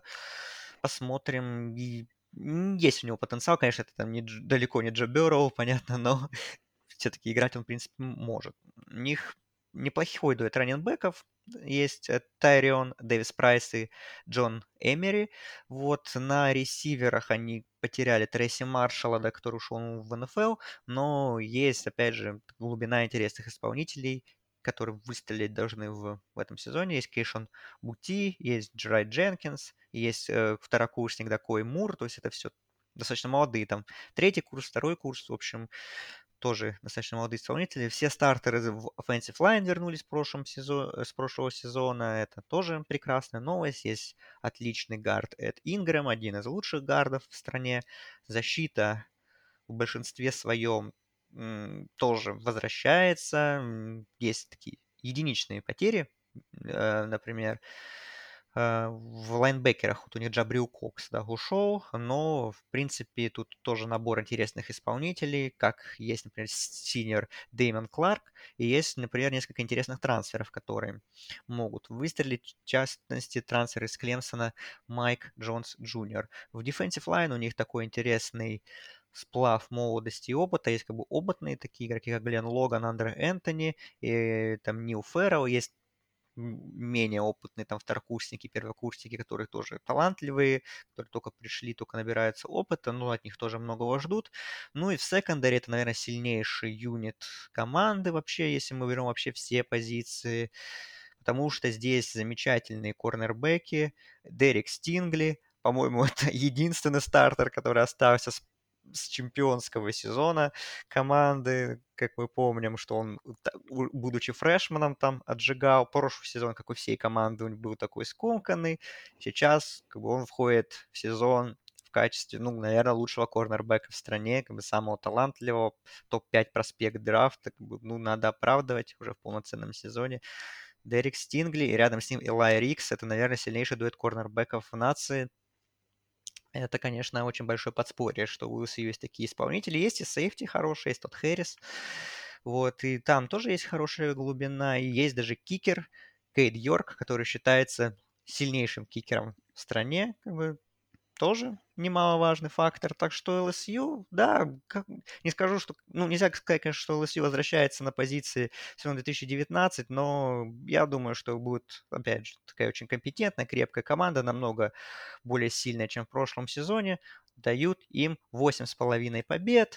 [SPEAKER 2] Посмотрим. И м, есть у него потенциал, конечно, это там не, Дж- далеко не Джо Бёрроу, понятно, но все-таки играть он, в принципе, м- может. У них неплохой дуэт раненбеков. Есть э, Тайрион, Дэвис Прайс и Джон Эмери. Вот на ресиверах они потеряли Трейси Маршалла, да, который ушел в эн эф эл, но есть, опять же, глубина интересных исполнителей, которые выстрелить должны в, в этом сезоне. Есть Кейшон Бути, есть Джерай Дженкинс, есть э, второкурсник, да, Кой Мур, то есть это все достаточно молодые, там, третий курс, второй курс, в общем, тоже достаточно молодые исполнители. Все стартеры в Offensive Line вернулись в прошлом сезо- с прошлого сезона. Это тоже прекрасная новость. Есть отличный гард Эд Ингрэм, один из лучших гардов в стране. Защита в большинстве своем м, тоже возвращается. М, Есть такие единичные потери. Э, Например, э, в лайнбекерах вот у них Джабрил Кокс, да, ушел, но, в принципе, тут тоже набор интересных исполнителей, как есть, например, синьор Дэймон Кларк, и есть, например, несколько интересных трансферов, которые могут выстрелить, в частности, трансфер из Клемсона Майк Джонс Джуниор. В Defensive Line у них такой интересный сплав молодости и опыта. Есть как бы опытные такие игроки, как Глен Логан, Андре Энтони, и там Нил Феррелл. Есть менее опытные там второкурсники, первокурсники, которые тоже талантливые, которые только пришли, только набираются опыта, но от них тоже многого ждут. Ну и в секондаре это, наверное, сильнейший юнит команды вообще, если мы берем вообще все позиции, потому что здесь замечательные корнербеки, Дерек Стингли, по-моему, это единственный стартер, который остался с с чемпионского сезона команды, как мы помним, что он, будучи фрешманом, там отжигал. Прошлый сезон, как у всей команды, он был такой скомканный. Сейчас как бы он входит в сезон в качестве, ну, наверное, лучшего корнербека в стране, как бы самого талантливого, топ пять проспект драфта, как бы, ну, надо оправдывать уже в полноценном сезоне. Дерек Стингли и рядом с ним Элай Рикс. Это, наверное, сильнейший дуэт корнербеков в нации. Это, конечно, очень большое подспорье, что у эл эс ю есть такие исполнители. Есть и сейфти хороший, есть тот Хэрис. Вот, и там тоже есть хорошая глубина. И есть даже кикер Кейт Йорк, который считается сильнейшим кикером в стране. Как бы тоже немаловажный фактор. Так что эл эс ю, да, как- не скажу, что... Ну, нельзя сказать, конечно, что эл эс ю возвращается на позиции сезона две тысячи девятнадцать, но я думаю, что будет, опять же, такая очень компетентная, крепкая команда, намного более сильная, чем в прошлом сезоне. Дают им восемь с половиной побед.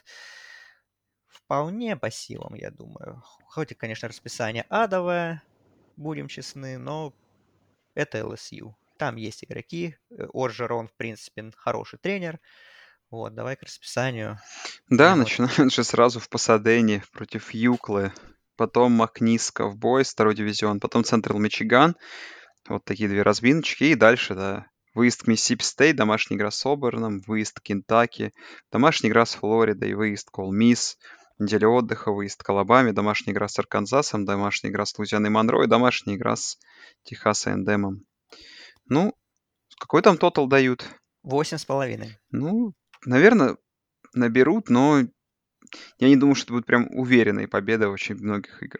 [SPEAKER 2] Вполне по силам, я думаю. Хоть и, конечно, расписание адовое, будем честны, но это эл эс ю. Там есть игроки. Э, Оржерон, в принципе, хороший тренер. Вот, давай к расписанию.
[SPEAKER 1] Да,
[SPEAKER 2] Прямо вот.
[SPEAKER 1] начинают же сразу в Пасадене против Юклы, потом Макнис Ковбойс, второй дивизион, потом Централ Мичиган. Вот такие две разминочки. И дальше, да, выезд к Миссисипи Стейт, домашняя игра с Оберном, выезд к Кентаки, домашняя игра с Флоридой, выезд к Ол Мисс, неделя отдыха, выезд к Алабаме, домашняя игра с Арканзасом, домашняя игра с Луизианой Монро и домашняя игра с Техас Эндемом. Ну, какой там тотал дают?
[SPEAKER 2] Восемь с половиной.
[SPEAKER 1] Ну, наверное, наберут, но я не думаю, что это будет прям уверенная победа в очень многих играх.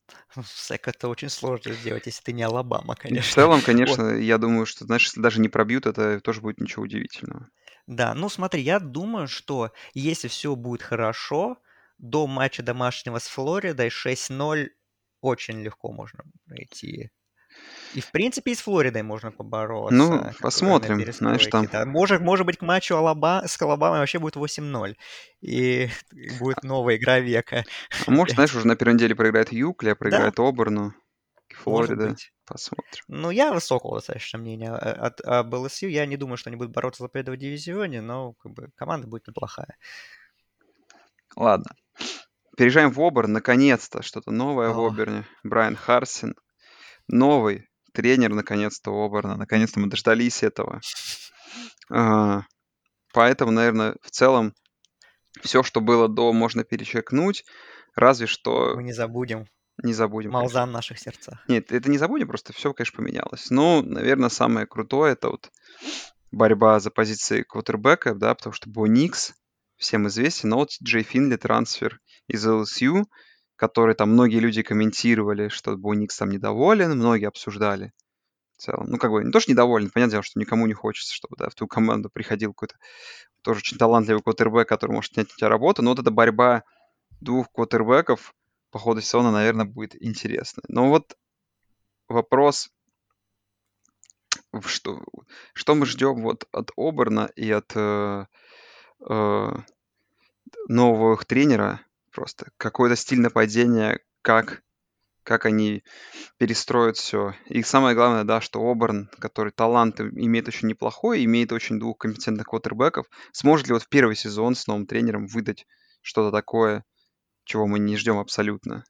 [SPEAKER 2] Сек это очень сложно сделать, если ты не Алабама,
[SPEAKER 1] И в
[SPEAKER 2] конечно.
[SPEAKER 1] целом,
[SPEAKER 2] Вот.
[SPEAKER 1] конечно, я думаю, что, знаешь, если даже не пробьют, это тоже будет ничего удивительного.
[SPEAKER 2] Да, ну смотри, я думаю, что если все будет хорошо, до матча домашнего с Флоридой шесть ноль очень легко можно пройти. И, в принципе, и с Флоридой можно
[SPEAKER 1] Ну,
[SPEAKER 2] побороться, которая на
[SPEAKER 1] посмотрим, знаешь,
[SPEAKER 2] перестройке.
[SPEAKER 1] там.
[SPEAKER 2] Да, может, может быть, к матчу Алаба... с Алабамой вообще будет восемь ноль. И будет новая игра века
[SPEAKER 1] А может, знаешь,
[SPEAKER 2] опять.
[SPEAKER 1] уже на первой неделе проиграет Юкля,
[SPEAKER 2] Да,
[SPEAKER 1] проиграет Оберну,
[SPEAKER 2] может
[SPEAKER 1] Флорида.
[SPEAKER 2] быть.
[SPEAKER 1] Посмотрим.
[SPEAKER 2] Ну, я высокого достаточно мнения о- от об Л С Ю. Я не думаю, что они будут бороться за победу в дивизионе, но как бы команда будет неплохая.
[SPEAKER 1] Ладно. Переезжаем в Оберн. Наконец-то что-то новое в
[SPEAKER 2] О,
[SPEAKER 1] Оберне. Брайан Харсин. Новый тренер, наконец-то, Оберна. Наконец-то мы дождались этого. А, Поэтому, наверное, в целом все, что было до, можно перечеркнуть. Разве что
[SPEAKER 2] мы не забудем
[SPEAKER 1] не забудем, конечно.
[SPEAKER 2] Малзан в наших сердцах.
[SPEAKER 1] Нет, это не забудем, просто все, конечно, поменялось. Ну, наверное, самое крутое — это вот борьба за позиции квотербека, да, потому что Бо Никс всем известен, но вот Джей Финли трансфер из Л С Ю, который там многие люди комментировали, что Бо Никс там недоволен, многие обсуждали в целом. Ну, как бы не то, что недоволен, понятное дело, что никому не хочется, чтобы, да, в твою команду приходил какой-то тоже очень талантливый квотербек, который может снять у тебя работу, но вот эта борьба двух квотербеков по ходу сезона, наверное, будет интересной. Но вот вопрос, в что, что мы ждем вот от Оберна и от э, э, нового их тренера? Просто какое-то стиль нападения, как, как они перестроят все. И самое главное, да, что Оберн, который талант им- имеет очень неплохой, имеет очень двух компетентных квотербеков, сможет ли вот в первый сезон с новым тренером выдать что-то такое, чего мы не ждем абсолютно?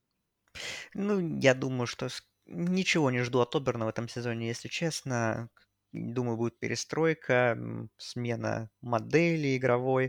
[SPEAKER 2] Ну, я думаю, что с- ничего не жду от Оберна в этом сезоне, если честно. Думаю, будет перестройка, м, смена модели игровой.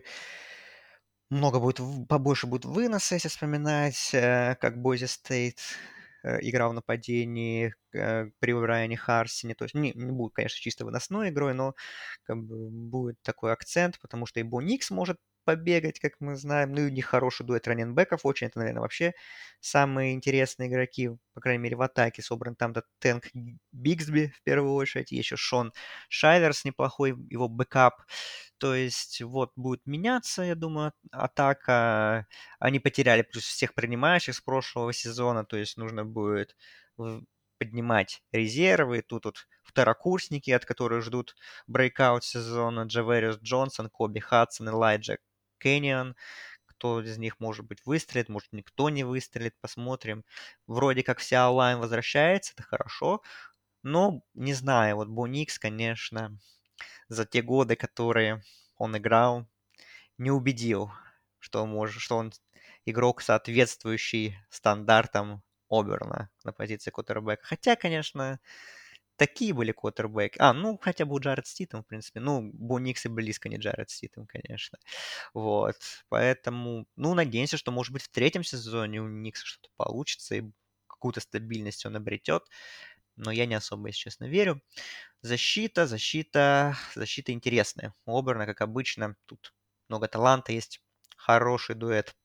[SPEAKER 2] Много будет, в- побольше будет выноса, если вспоминать, э, как Бойзи Стейт э, играл в нападении э, при Брайане Харсине. То есть не, не будет, конечно, чисто выносной игрой, но как бы будет такой акцент, потому что и Бо Никс может побегать, как мы знаем. Ну и у них хороший дуэт раненбеков очень. Это, наверное, вообще самые интересные игроки, по крайней мере, в атаке собран там-то Тэнк Бигсби в первую очередь, и еще Шон Шайверс неплохой, его бэкап. То есть вот будет меняться, я думаю, атака. Они потеряли плюс всех принимающих с прошлого сезона, то есть нужно будет в- поднимать резервы. Тут вот второкурсники, от которых ждут брейкаут сезона, Джавериус Джонсон, Коби Хадсон, Элайджа Кэннион. Кто из них, может быть, выстрелит, может, никто не выстрелит, посмотрим. Вроде как вся онлайн возвращается, это хорошо, но не знаю, вот Бо Никс, конечно, за те годы, которые он играл, не убедил, что он, может, что он игрок, соответствующий стандартам Оберна на позиции квотербека. Хотя, конечно, такие были квотербеки. А, ну, хотя бы у Джаред Ститом, в принципе. Ну, Бо Никс и близко не Джаред Ститом, конечно. Вот. Поэтому, ну, надеемся, что, может быть, в третьем сезоне у Никса что-то получится и какую-то стабильность он обретет. Но я не особо, если честно, верю. Защита, защита, защита интересная. У Оберна, как обычно, тут много таланта, есть хороший дуэт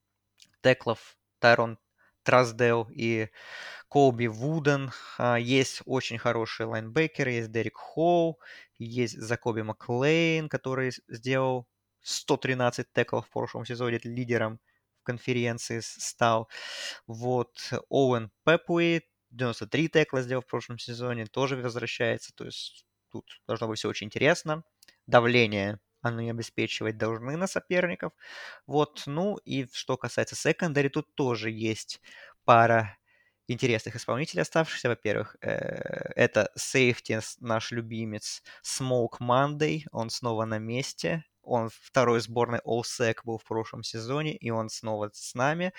[SPEAKER 2] теклов Тайрон Траздейл и Колби Вуден. А, Есть очень хорошие лайнбекеры, есть Дерек Холл, есть Закоби Маклейн, который с- сделал сто тринадцать теклов в прошлом сезоне, лидером в конференции с- стал. Вот Оуэн Пепуи, девяносто три текла сделал в прошлом сезоне, тоже возвращается. То есть тут должно быть все очень интересно. Давление они обеспечивать должны на соперников. Вот, ну и что касается секондари, тут тоже есть пара интересных исполнителей оставшихся. Во-первых, э, это сейфти, наш любимец Smoke Monday, он снова на месте. Он второй сборной All-Sec был в прошлом сезоне, и он снова с нами.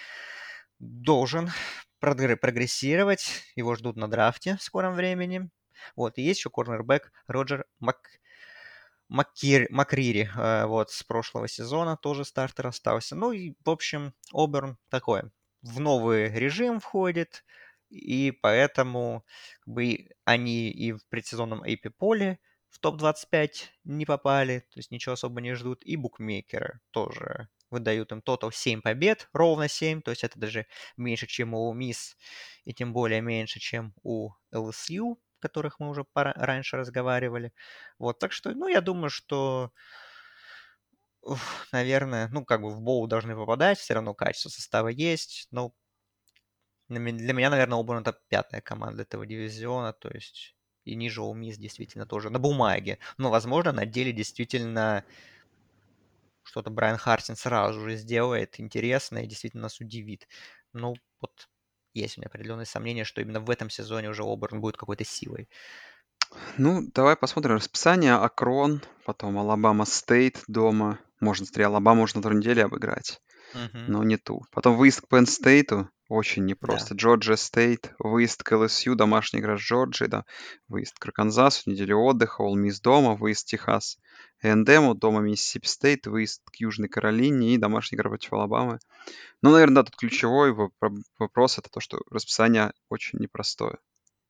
[SPEAKER 2] Должен прогре- прогрессировать, его ждут на драфте в скором времени. Вот, и есть еще корнербэк Роджер Мак... Маккир... Макрири, э, вот, с прошлого сезона тоже стартер остался. Ну и, в общем, Оберн такой, в новый режим входит, и поэтому как бы, и они и в предсезонном эй пи поле в топ двадцать пять не попали, то есть ничего особо не ждут, и букмекеры тоже выдают им тотал семь побед, ровно семь, то есть это даже меньше, чем у Мисс, и тем более меньше, чем у эл эс ю, о которых мы уже пора- раньше разговаривали. Вот, так что, ну, я думаю, что, уф, наверное, ну, как бы в боул должны попадать, все равно качество состава есть, но для ме- для меня, наверное, Оберн это пятая команда этого дивизиона, то есть и ниже Ole Miss действительно тоже на бумаге. Но, возможно, на деле действительно что-то Брайан Хартин сразу же сделает интересное и действительно нас удивит. Ну, вот есть у меня определенные сомнения, что именно в этом сезоне уже Оберн будет какой-то силой.
[SPEAKER 1] Ну, давай посмотрим расписание. Акрон, потом Алабама Стейт дома. Можно, смотри, Алабама можно на второй неделе обыграть,
[SPEAKER 2] Мгм.
[SPEAKER 1] но не ту. Потом выезд к Penn Стейту, очень
[SPEAKER 2] Да.
[SPEAKER 1] непросто. Джорджия Стейт, выезд к эл эс ю, домашняя игра с Джорджией, да. Выезд к Арканзасу, неделя отдыха, Ole Miss дома, выезд в Техас эй энд эм, дома Миссисипи Стейт, выезд к Южной Каролине и домашняя игра против Алабамы. Ну, наверное, да, тут ключевой воп- вопрос это то, что расписание очень непростое.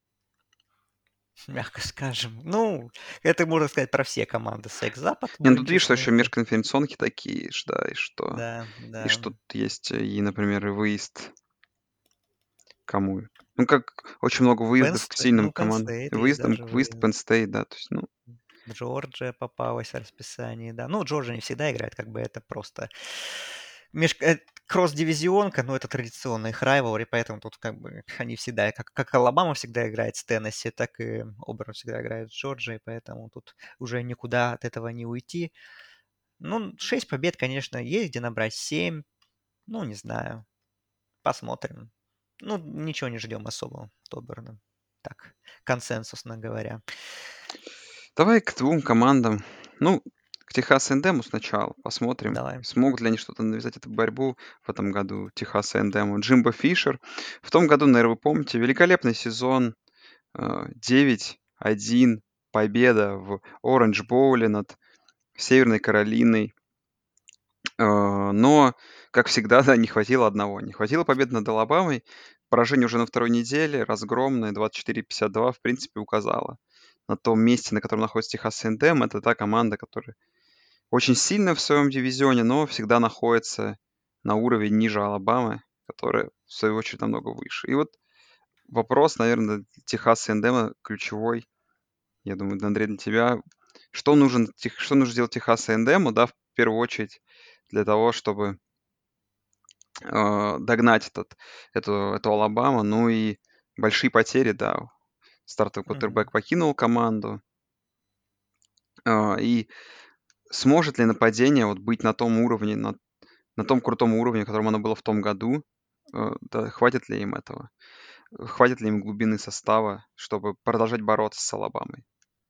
[SPEAKER 2] Мягко скажем. Ну, это можно сказать про все команды. Секс-Запад
[SPEAKER 1] Не, ну
[SPEAKER 2] будем
[SPEAKER 1] тут видишь, что еще
[SPEAKER 2] честны.
[SPEAKER 1] межконференционки такие ж, да, и что,
[SPEAKER 2] Да,
[SPEAKER 1] и
[SPEAKER 2] да.
[SPEAKER 1] что тут есть, э, и, например, и выезд кому? Ну, как очень много
[SPEAKER 2] Penn
[SPEAKER 1] выездов к
[SPEAKER 2] Sta-
[SPEAKER 1] сильным
[SPEAKER 2] ну, Penn
[SPEAKER 1] командам.
[SPEAKER 2] State есть
[SPEAKER 1] Выездом,
[SPEAKER 2] даже
[SPEAKER 1] выезд
[SPEAKER 2] выезд.
[SPEAKER 1] Penn State, да, то есть, ну,
[SPEAKER 2] Джорджия попалась в расписании, да. Ну, Джорджия не всегда играет, как бы это просто меж... э, кросс-дивизионка, но это традиционный их райвелри, поэтому тут как бы они всегда, как, как Алабама всегда играет с Теннесси, так и Оберн всегда играет с Джорджией, поэтому тут уже никуда от этого не уйти. Ну, шесть побед, конечно, есть где набрать семь, ну, не знаю, посмотрим. Ну, ничего не ждем особо от Оберна. Так, консенсусно говоря.
[SPEAKER 1] давай к двум командам. Ну, к Техас Эндему сначала посмотрим,
[SPEAKER 2] Давай.
[SPEAKER 1] смогут ли они что-то навязать эту борьбу в этом году Техас Эндему. Джимбо Фишер. В том году, наверное, вы помните, великолепный сезон, э, девять один, победа в Оранж Боуле над Северной Каролиной. Э, но, как всегда, да, не хватило одного. Не хватило победы над Алабамой. Поражение уже на второй неделе, разгромное, двадцать четыре пятьдесят два, в принципе, указало на том месте, на котором находится Техас A and M. Это та команда, которая очень сильна в своем дивизионе, но всегда находится на уровень ниже Алабамы, которая, в свою очередь, намного выше. И вот вопрос, наверное, Техас A and M ключевой. Я думаю, Андрей, для тебя. Что нужен, Тех- что нужно сделать Техас A and M, да, в первую очередь, для того, чтобы а, догнать этот, эту, эту Алабаму. Ну и большие потери, да. Стартовый
[SPEAKER 2] Мгм.
[SPEAKER 1] квотербек покинул команду. А, И сможет ли нападение вот быть на том уровне, на, на том крутом уровне, котором оно было в том году? Э, Да, хватит ли им этого? Хватит ли им глубины состава, чтобы продолжать бороться с Алабамой?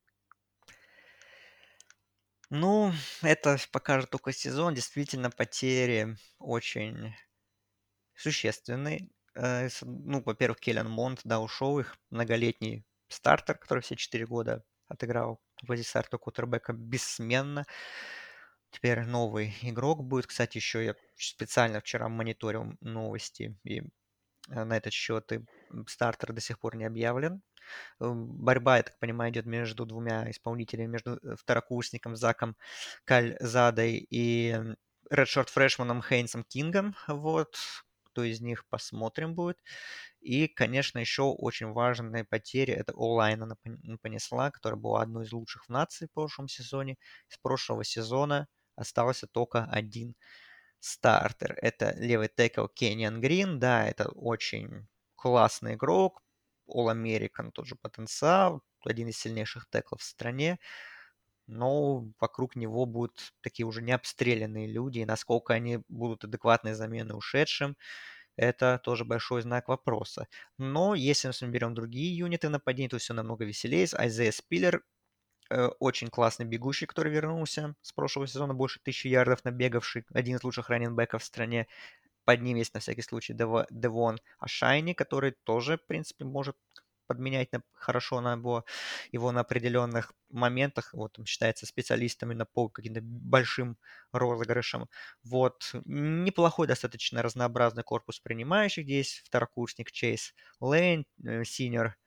[SPEAKER 2] Ну, это покажет только сезон. Действительно, потери очень существенные. Э, с- Ну, во-первых, Келлен Монд, да, ушел, их многолетний стартер, который все четыре года отыграл в позиции стартового квотербека бессменно. Теперь новый игрок будет. Кстати, еще я специально вчера мониторил новости, и э, на этот счет и м, стартер до сих пор не объявлен. Э, Борьба, я так понимаю, идет между двумя исполнителями, между э, второкурсником Заком Кальзадой и м, редшорт фрешманом Хейнсом Кингом. Вот. Кто из них, посмотрим будет. И, конечно, еще очень важные потери. Это Олайна понесла, которая была одной из лучших в нации в прошлом сезоне. С прошлого сезона остался только один стартер. Это левый текл Кениан Грин. Да, это очень классный игрок. All-American тот же потенциал. Один из сильнейших теклов в стране. Но вокруг него будут такие уже необстрелянные люди. И насколько они будут адекватной замены ушедшим, это тоже большой знак вопроса. Но если мы берем другие юниты нападения, то все намного веселее. Айзея Спиллер, э, очень классный бегущий, который вернулся с прошлого сезона, больше тысячи ярдов набегавший, один из лучших раненбеков в стране. Под ним есть на всякий случай Дево- Девон Ашайни, который тоже, в принципе, может подменять на- хорошо на его, его на определенных моментах. Вот он считается специалистом именно по каким-то большим розыгрышам. Вот. Неплохой достаточно разнообразный корпус принимающих. Здесь второкурсник Чейз Лейн, э, синьор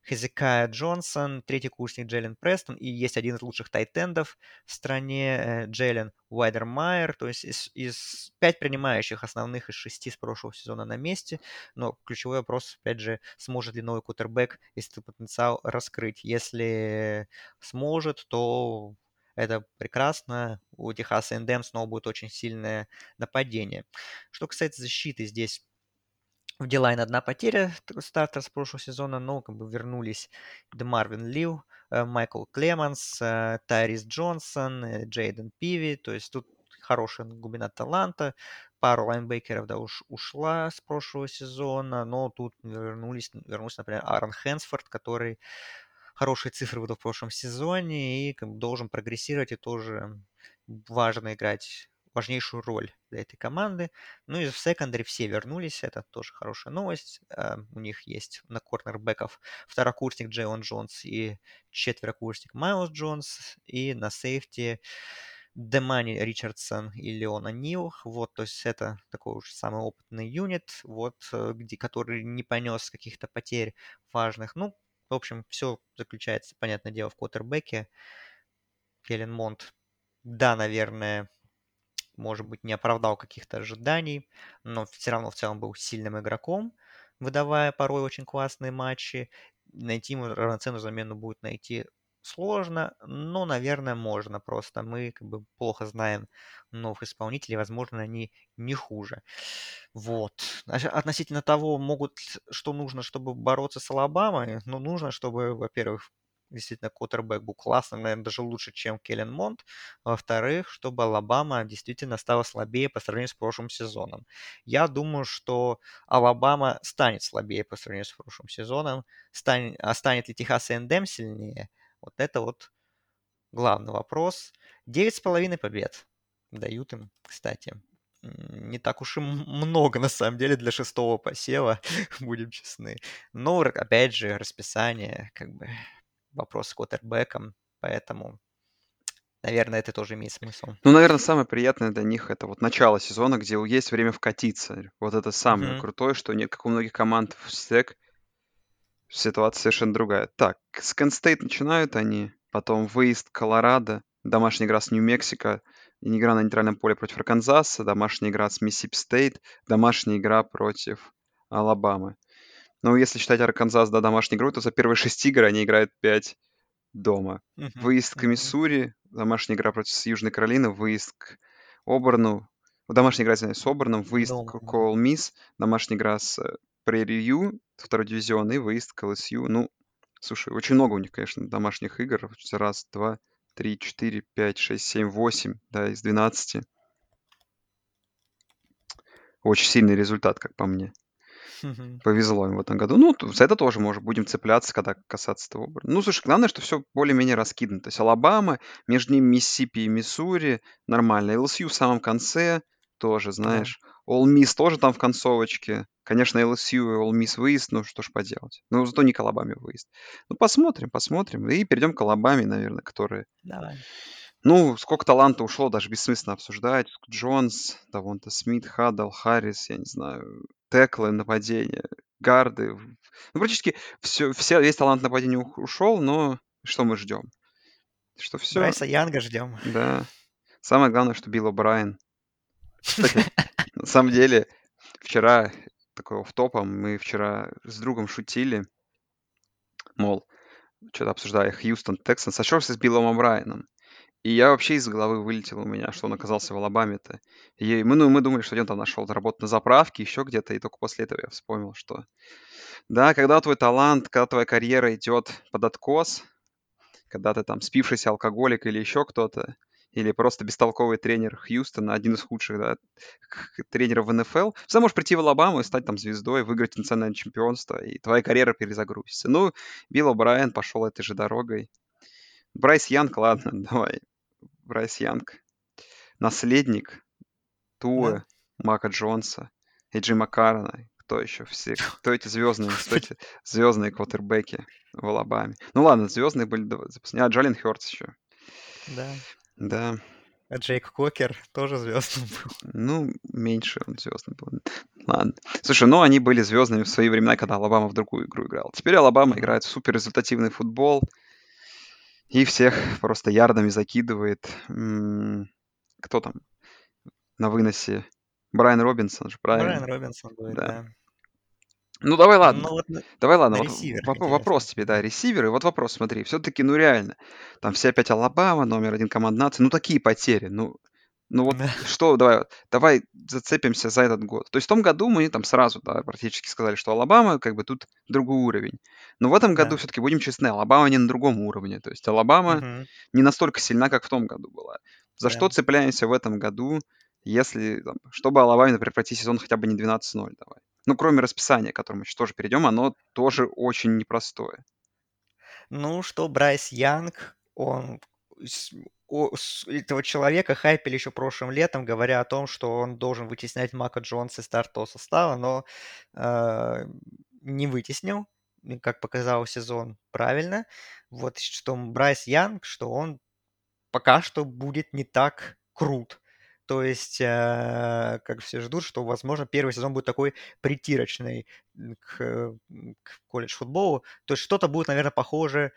[SPEAKER 2] Хезекая Джонсон, третий курсник Джейлен Престон, и есть один из лучших тайтендов в стране э, Джейлен Уайдермайер, то есть из, из пять принимающих основных из шести с прошлого сезона на месте, но ключевой вопрос, опять же, сможет ли новый кутербэк этот потенциал раскрыть. Если сможет, то это прекрасно. У Техаса энд эм снова будет очень сильное нападение. Что касается защиты, здесь в Дилайн одна потеря стартера с прошлого сезона, но как бы вернулись Демарвин Лив, э, Майкл Клеманс, э, Тайрис Джонсон, э, Джейден Пиви. То есть тут хорошая глубина таланта. Пару лайнбекеров, да, уж ушла с прошлого сезона, но тут вернулись, вернулся, например, Аарон Хэнсфорд, который хорошие цифры выдал в прошлом сезоне и как бы должен прогрессировать, и тоже важно играть важнейшую роль для этой команды. Ну и в секондаре все вернулись, это тоже хорошая новость. А, У них есть на корнербеков второкурсник Джейлон Джонс и четверокурсник Майлз Джонс, и на сейфти Демани Ричардсон и Леона Нил. Вот, то есть это такой уж самый опытный юнит, вот, э, где, который не понес каких-то потерь важных. Ну, в общем, все заключается, понятное дело, в квотербеке. Келлен Монт, да, наверное, может быть, не оправдал каких-то ожиданий, но все равно в целом был сильным игроком, выдавая порой очень классные матчи. Найти ему равноценную замену будет найти сложно, но, наверное, можно. Просто мы как бы плохо знаем новых исполнителей, возможно, они не хуже. Вот. А относительно того, могут, что нужно, чтобы бороться с Алабамой, ну, нужно, чтобы, во-первых, действительно, квотербек был классным, наверное, даже лучше, чем Келлен Монт. Во-вторых, чтобы Алабама действительно стала слабее по сравнению с прошлым сезоном. Я думаю, что Алабама станет слабее по сравнению с прошлым сезоном. Станет, а станет ли Техас энд эм сильнее? Вот это вот главный вопрос. Девять с половиной побед дают им, кстати. М, Не так уж и м- много, на самом деле, для шестого посева, будем честны. Но, р- опять же, расписание, как бы, вопрос с квотербеком, поэтому, наверное, это тоже имеет смысл.
[SPEAKER 1] Ну, наверное, самое приятное для них это вот начало сезона, где у есть время вкатиться. Вот это самое
[SPEAKER 2] Мгм.
[SPEAKER 1] крутое, что нет, как у многих команд в стек, ситуация совершенно другая. Так, с Кент Стейт начинают они, потом выезд Колорадо, домашняя игра с Нью-Мексико, и игра на нейтральном поле против Арканзаса, домашняя игра с Миссисипи Стейт, домашняя игра против Алабамы. Ну, если считать Арканзас, да, домашней игрой, то за первые шесть игр они играют пять дома.
[SPEAKER 2] Мгм.
[SPEAKER 1] Выезд к
[SPEAKER 2] Мгм.
[SPEAKER 1] Миссури, домашняя игра против Южной Каролины, выезд к Оберну, домашняя игра, извиняюсь, с Оберном, выезд
[SPEAKER 2] Дома,
[SPEAKER 1] к
[SPEAKER 2] да.
[SPEAKER 1] Коул Мисс, домашняя игра с э, Прairie View, второй дивизион, и выезд к эл эс ю. Ну, слушай, очень много у них, конечно, домашних игр. Раз, два, три, четыре, пять, шесть, семь, восемь, да, из двенадцати. Очень сильный результат, как по мне.
[SPEAKER 2] Мгм.
[SPEAKER 1] Повезло им в этом году. Ну, т- за это тоже, может, будем цепляться, когда касаться того. выбора. Ну, слушай, главное, что все более-менее раскидано. То есть Алабама, между ними Миссисипи и Миссури, нормально. эл эс ю в самом конце тоже,
[SPEAKER 2] Да.
[SPEAKER 1] знаешь. Ole Miss тоже там в концовочке. Конечно, эл эс ю и Ole Miss выезд, ну что ж поделать. Но зато не к Алабаме выезд. Ну, посмотрим, посмотрим. И перейдем к Алабаме, наверное, которые...
[SPEAKER 2] Давай.
[SPEAKER 1] Ну, сколько таланта ушло, даже бессмысленно обсуждать. Джонс, Давонта Смит, Хаддл, Харрис, я не знаю, теклы, нападения, гарды. Ну, практически все, все, весь талант нападения у- ушел, но что мы ждем? Что все,
[SPEAKER 2] Брайса Янга ждем.
[SPEAKER 1] да. Самое главное, что Билл О'Брайен. Кстати, на самом деле, вчера, такого в топом, мы вчера с другом шутили, мол, что-то обсуждая Хьюстон, Тексанс, а что с Биллом О'Брайеном? И я вообще из головы вылетел у меня, что он оказался в Алабаме-то. И мы, ну, мы думали, что он там нашел работу на заправке, еще где-то, и только после этого я вспомнил, что да, когда твой талант, когда твоя карьера идет под откос, когда ты там спившийся алкоголик или еще кто-то, или просто бестолковый тренер Хьюстона, один из худших, да, к- тренеров в эн эф эл, всегда можешь прийти в Алабаму и стать там звездой, выиграть национальное чемпионство, и твоя карьера перезагрузится. Ну, Билл О'Брайен пошел этой же дорогой. Брайс Янг, ладно, давай. Брайс Янг. Наследник
[SPEAKER 2] Да?
[SPEAKER 1] Туэ, Мака Джонса, Эйджи Маккарона. Кто еще? Все. Кто эти звездные? Кто
[SPEAKER 2] Господи.
[SPEAKER 1] эти звездные квотербеки в Алабаме? Ну ладно, звездные были два запасные. А, Джален Хёртс еще.
[SPEAKER 2] Да.
[SPEAKER 1] Да.
[SPEAKER 2] А Джейк Кокер тоже звездным был.
[SPEAKER 1] Ну, меньше он звездный был. Ладно. Слушай, ну они были звездными в свои времена, когда Алабама в другую игру играла. Теперь Алабама
[SPEAKER 2] Мгм.
[SPEAKER 1] играет в суперрезультативный футбол и всех просто ярдами закидывает. М, Кто там на выносе? Брайан Робинсон же,
[SPEAKER 2] Брайан
[SPEAKER 1] правильно?
[SPEAKER 2] Робинсон будет,
[SPEAKER 1] Да.
[SPEAKER 2] да.
[SPEAKER 1] Ну, давай, ладно.
[SPEAKER 2] Ну вот на,
[SPEAKER 1] Давай, ладно.
[SPEAKER 2] на
[SPEAKER 1] Вот
[SPEAKER 2] ресиверах
[SPEAKER 1] воп-
[SPEAKER 2] интересно.
[SPEAKER 1] вопрос тебе, да, ресиверы. Вот вопрос, смотри. Все-таки, ну реально, там все опять Алабама, номер один команд нации. Ну, такие потери. Ну, ну вот
[SPEAKER 2] Да,
[SPEAKER 1] что, давай, вот, давай зацепимся за этот год. То есть в том году мы там сразу, да, практически сказали, что Алабама как бы тут другой уровень. Но в этом году
[SPEAKER 2] да.
[SPEAKER 1] все-таки будем честны, Алабама не на другом уровне. То есть Алабама
[SPEAKER 2] Мгм.
[SPEAKER 1] не настолько сильна, как в том году была. За
[SPEAKER 2] Да.
[SPEAKER 1] что цепляемся в этом году, если, там, чтобы Алабаме, например, пройти сезон хотя бы не двенадцать ноль, давай. Ну, кроме расписания, к которому мы сейчас тоже перейдем, оно тоже очень непростое.
[SPEAKER 2] Ну, что Брайс Янг, он с- о- с этого человека хайпели еще прошлым летом, говоря о том, что он должен вытеснять Мака Джонса из стартового состава, но э, не вытеснил, и, как показал сезон, правильно. Вот что Брайс Янг, что он пока что будет не так крут. То есть, э, как все ждут, что, возможно, первый сезон будет такой притирочный м, к, м, к колледж-футболу. То есть что-то будет, наверное, похоже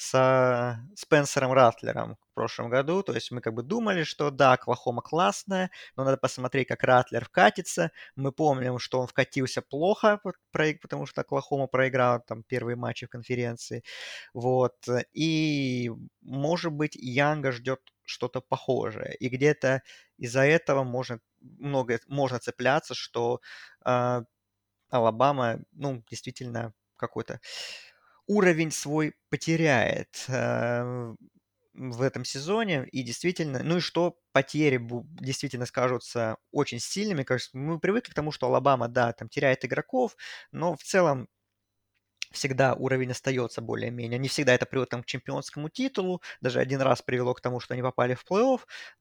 [SPEAKER 2] со Спенсером Ратлером в прошлом году. То есть мы как бы думали, что да, Оклахома классная, но надо посмотреть, как Ратлер вкатится. Мы помним, что он вкатился плохо, вот проиг- потому что Оклахома проиграла там первые матчи в конференции. Вот. И, может быть, Янга ждет что-то похожее. И где-то из-за этого можно много можно цепляться, что а, Алабама, ну, действительно, какой-то уровень свой потеряет э, в этом сезоне. И действительно, ну и что потери бу- действительно скажутся очень сильными. Кажется, мы привыкли к тому, что Алабама, да, там теряет игроков, но в целом всегда уровень остается более-менее. Не всегда это приводит там, к чемпионскому титулу, даже один раз привело к тому, что они попали в плей-офф,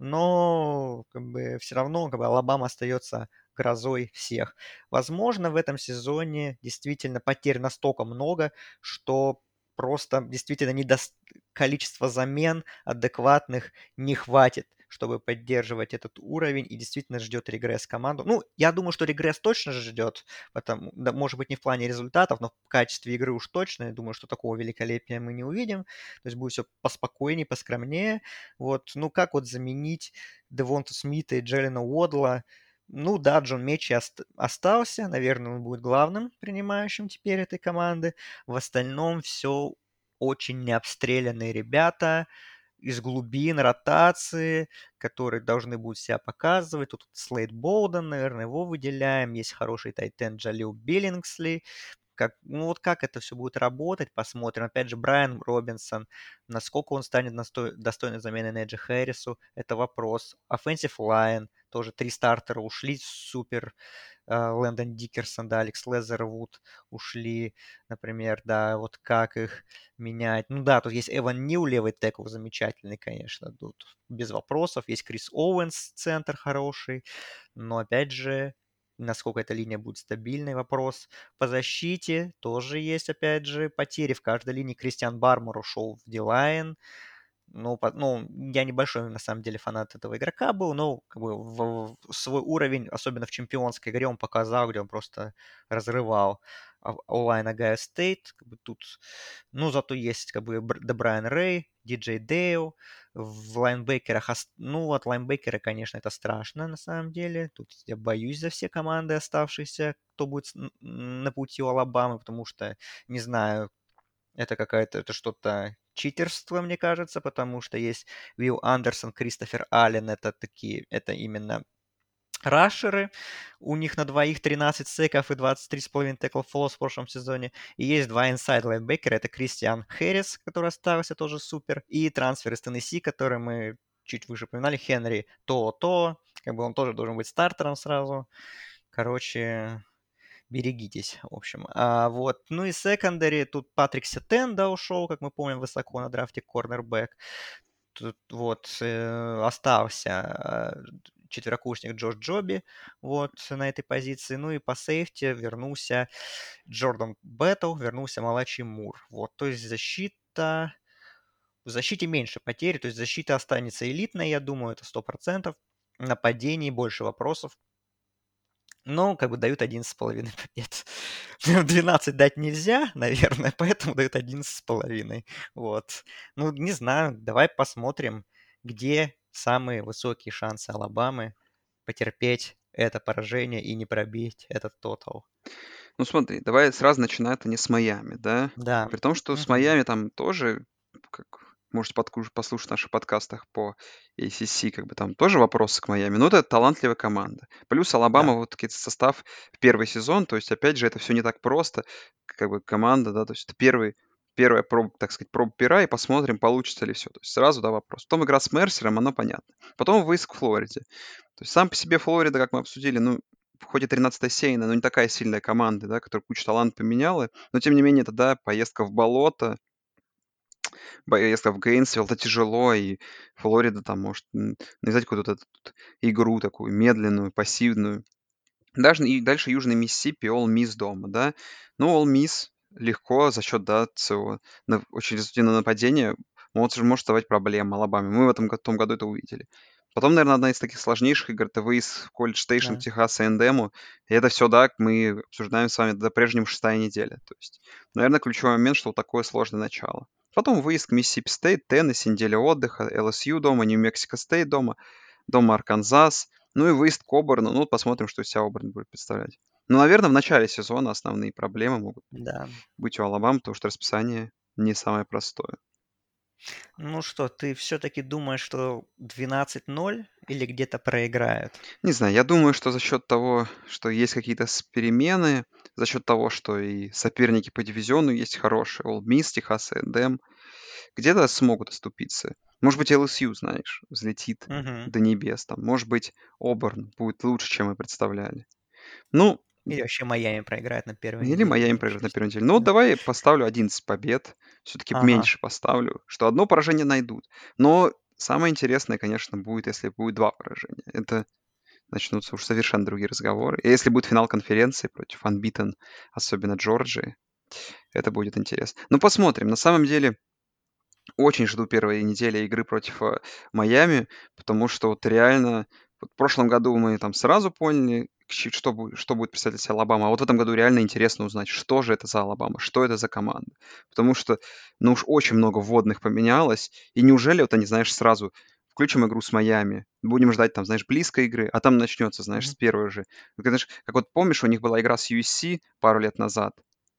[SPEAKER 2] но как бы, все равно как бы, Алабама остается грозой всех. Возможно, в этом сезоне действительно потерь настолько много, что просто действительно недос... количество замен адекватных не хватит, чтобы поддерживать этот уровень, и действительно ждет регресс команду. Ну, я думаю, что регресс точно же ждет, потому, да, может быть, не в плане результатов, но в качестве игры уж точно. Я думаю, что такого великолепия мы не увидим. То есть будет все поспокойнее, поскромнее. Вот, ну как вот заменить Девонта Смита и Джеллена Уодла? Ну да, Джон Мечи ост- остался, наверное, он будет главным принимающим теперь этой команды. В остальном все очень необстрелянные ребята из глубин ротации, которые должны будут себя показывать. Тут Слейд Болден, наверное, его выделяем. Есть хороший тайтенд Джалил Биллингсли. Как, ну вот как это все будет работать, посмотрим. Опять же, Брайан Робинсон, насколько он станет насто- достойной заменой Неджи Хэррису, это вопрос. Offensive line, тоже три стартера ушли, супер. Э, Лэндон Дикерсон, да, Алекс Лезервуд ушли, например, да, вот как их менять. Ну да, тут есть Эван Нил, левый текл замечательный, конечно, тут без вопросов. Есть Крис Оуэнс, центр хороший, но опять же, насколько эта линия будет стабильный вопрос. По защите тоже есть, опять же, потери в каждой линии. Кристиан Бармор ушел в Дилайн, ну, по- ну, я небольшой, на самом деле, фанат этого игрока был, но как бы в, в свой уровень, особенно в чемпионской игре, он показал, где он просто разрывал а- онлайн Агайо Стейт. Как бы тут, ну, зато есть как бы Бр- да Брайан Рэй, Диджей Дейл, в лайнбекерах, ос- ну, вот лайнбекеры, конечно, это страшно на самом деле. Тут я боюсь за все команды оставшиеся, кто будет с- н- на пути у Алабамы, потому что, не знаю, это какая-то, это что-то читерство, мне кажется, потому что есть Уилл Андерсон, Кристофер Аллен, это такие, это именно рашеры. У них на двоих тринадцать секов и двадцать три с половиной текл фоллоус в прошлом сезоне. И есть два инсайд лайнбекера, это Кристиан Хэррис, который остался тоже супер, и трансфер из Теннесси, который мы чуть выше упоминали, Хенри То-То, как бы он тоже должен быть стартером сразу. Короче, берегитесь, в общем. А, вот. Ну и секондари, тут Патрик Сетен, да, ушел, как мы помним, высоко на драфте корнербэк. Тут вот э, остался э, четверокурсник Джош Джоби вот на этой позиции. Ну и по сейфти вернулся Джордан Беттл, вернулся Малачи Мур. Вот, то есть защита... В защите меньше потерь, то есть защита останется элитной, я думаю, это сто процентов. Нападений больше вопросов. Ну, как бы дают одиннадцать с половиной побед. двенадцать дать нельзя, наверное, поэтому дают одиннадцать с половиной. Вот. Ну, не знаю, давай посмотрим, где самые высокие шансы Алабамы потерпеть это поражение и не пробить этот тотал.
[SPEAKER 1] Ну смотри, давай сразу начинать не с Майами, да?
[SPEAKER 2] Да.
[SPEAKER 1] При том, что с
[SPEAKER 2] Мгм.
[SPEAKER 1] Майами там тоже, как можете подкуш- послушать в наших подкастах по A C C, как бы там тоже вопросы к Майами, но это талантливая команда. Плюс Алабама,
[SPEAKER 2] Да.
[SPEAKER 1] вот таки состав в первый сезон, то есть, опять же, это все не так просто, как бы команда, да, то есть это первый, первая проба, так сказать, проба пера, и посмотрим, получится ли все. То есть сразу, да, вопрос. Потом игра с Мерсером, оно понятно. Потом выезд к Флориде. То есть сам по себе Флорида, как мы обсудили, ну, хоть и тринадцатая сеяна, но не такая сильная команда, да, которая кучу талант поменяла. Но тем не менее, это, да, поездка в болото, поездка в Гейнсвилл, это тяжело, и Флорида там может м, навязать какую-то вот эту вот игру такую медленную, пассивную. Даже и дальше Южный Миссисипи, Ол Мисс дома, да. Ну, Ол Мисс легко за счет, да, своего на- очень результативного нападения может, может давать проблемы Алабаме. Мы в этом го- том году это увидели. Потом, наверное, одна из таких сложнейших игр — это выезд в Колледж Стейшн,
[SPEAKER 2] Да.
[SPEAKER 1] Техас A and M. И это все, да, мы обсуждаем с вами до прежнему шестая неделя. То есть, наверное, ключевой момент, что вот такое сложное начало. Потом выезд к Миссисипи Стейт, Теннесси, неделя отдыха, Л С Ю дома, Нью-Мексико Стейт дома, дома Арканзас, ну и выезд к Оберну. Ну, вот посмотрим, что из себя Оберн будет представлять. Ну, наверное, в начале сезона основные проблемы могут
[SPEAKER 2] Да.
[SPEAKER 1] быть у Алабамы, потому что расписание не самое простое.
[SPEAKER 2] Ну что, ты все-таки думаешь, что двенадцать ноль или где-то проиграют?
[SPEAKER 1] Не знаю, я думаю, что за счет того, что есть какие-то с- перемены, за счет того, что и соперники по дивизиону есть хорошие, Олд Мисс, Техас A and M, где-то смогут оступиться. Может быть, Л С Ю, знаешь, взлетит
[SPEAKER 2] Мгм.
[SPEAKER 1] до небес. Там. Может быть, Оберн будет лучше, чем мы представляли. Ну,
[SPEAKER 2] Или вообще Майами проиграет на первой
[SPEAKER 1] или
[SPEAKER 2] неделе,
[SPEAKER 1] Майами
[SPEAKER 2] не
[SPEAKER 1] проиграет на
[SPEAKER 2] исключено.
[SPEAKER 1] первой неделе. Ну, вот
[SPEAKER 2] Да.
[SPEAKER 1] давай поставлю одиннадцать побед. Все-таки
[SPEAKER 2] Ага.
[SPEAKER 1] меньше поставлю, что одно поражение найдут. Но самое интересное, конечно, будет, если будет два поражения. Это начнутся уж совершенно другие разговоры. И если будет финал конференции против Unbeaten, особенно Джорджии, это будет интересно. Ну, посмотрим. На самом деле, очень жду первой недели игры против э, Майами, потому что вот реально вот в прошлом году мы там сразу поняли, к чи- что, будет, что будет представлять из себя Алабама, а вот в этом году реально интересно узнать, что же это за Алабама, что это за команда. Потому что, ну уж очень много вводных поменялось, и неужели вот они, знаешь, сразу включим игру с Майами, будем ждать там, знаешь, близкой игры, а там начнется, знаешь,
[SPEAKER 2] Мгм.
[SPEAKER 1] с первой же. Как, знаешь, как вот помнишь, у них была игра с Ю Эс Си пару лет назад,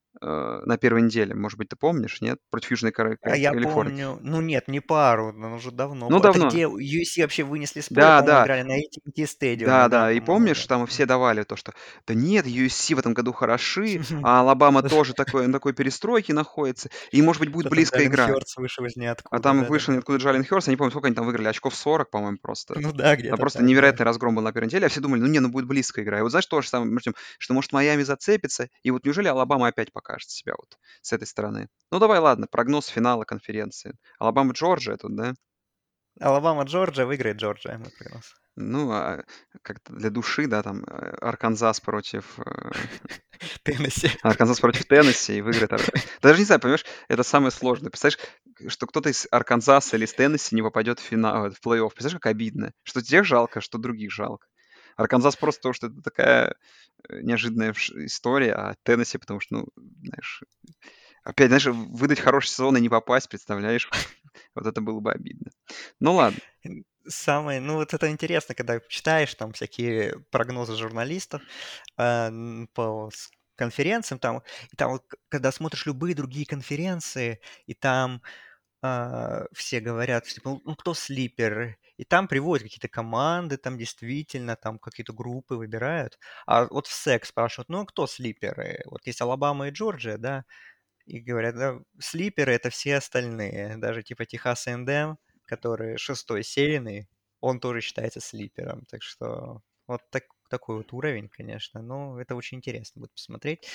[SPEAKER 1] э, на первой неделе, может быть, ты помнишь, нет? Против Южной Кали-
[SPEAKER 2] А
[SPEAKER 1] Кали-
[SPEAKER 2] я
[SPEAKER 1] Калифорнии.
[SPEAKER 2] помню, ну нет, не пару, но уже давно
[SPEAKER 1] Ну,
[SPEAKER 2] было. Это
[SPEAKER 1] давно.
[SPEAKER 2] где Ю Эф си вообще вынесли с поля,
[SPEAKER 1] Да,
[SPEAKER 2] по-моему,
[SPEAKER 1] да,
[SPEAKER 2] играли на A T and T стадионе, да,
[SPEAKER 1] да-да. И
[SPEAKER 2] по-моему,
[SPEAKER 1] помнишь,
[SPEAKER 2] да.
[SPEAKER 1] там все
[SPEAKER 2] Мгм.
[SPEAKER 1] давали то, что да нет, Ю Эс Си в этом году хороши, а Алабама тоже такой, на такой перестройке находится, и, может быть, будет
[SPEAKER 2] Потом
[SPEAKER 1] близкая
[SPEAKER 2] Джален
[SPEAKER 1] игра.
[SPEAKER 2] Хёртс вышел из
[SPEAKER 1] А
[SPEAKER 2] ниоткуда,
[SPEAKER 1] там вышел
[SPEAKER 2] да-да-да, я
[SPEAKER 1] ниоткуда
[SPEAKER 2] помню.
[SPEAKER 1] Джален Хёрст, я не помню, сколько они там выиграли, очков сорок, по-моему, просто.
[SPEAKER 2] Ну да,
[SPEAKER 1] Там
[SPEAKER 2] где-то
[SPEAKER 1] просто
[SPEAKER 2] так, да.
[SPEAKER 1] невероятный разгром был на первой неделе, а все думали, ну не, ну будет близкая игра. И вот знаешь, то же самое, между тем, что может Майами зацепится, и вот неужели Алабама опять покажет себя вот с этой стороны? Ну давай, ладно, прогноз финала конференции. Алабама-Джорджия тут, да?
[SPEAKER 2] Алабама, Джорджия, выиграет Джорджия, мой прогноз.
[SPEAKER 1] Ну, а как-то для души, да, там, э, Арканзас против, э,
[SPEAKER 2] Теннесси.
[SPEAKER 1] Арканзас против Теннесси и выиграет Ар Даже не знаю, понимаешь, это самое сложное. Представляешь, что кто-то из Арканзаса или из Теннесси не попадет в финал, в плей-офф. Представляешь, как обидно, что тех жалко, что других жалко. Арканзас просто потому, что это такая, э, неожиданная вш история, а Теннесси потому что, ну, знаешь, опять, знаешь, выдать хороший сезон и не попасть, представляешь? Вот это было бы обидно. Ну ладно.
[SPEAKER 2] М, Самое, ну вот это интересно, когда читаешь там всякие прогнозы журналистов а, н- по с- конференциям, там, и там вот, к- когда смотришь любые другие конференции, и там а, все говорят, типа, ну ну, кто слиперы, и там приводят какие-то команды, там действительно, там какие-то группы выбирают, а вот в секс спрашивают, ну кто слиперы, вот есть Алабама и Джорджия, да, и говорят, да, слиперы это все остальные, даже типа Техас A and M, который шестой сеянный, он тоже считается слипером. Так что вот так, такой вот уровень, конечно. Но это очень интересно будет посмотреть.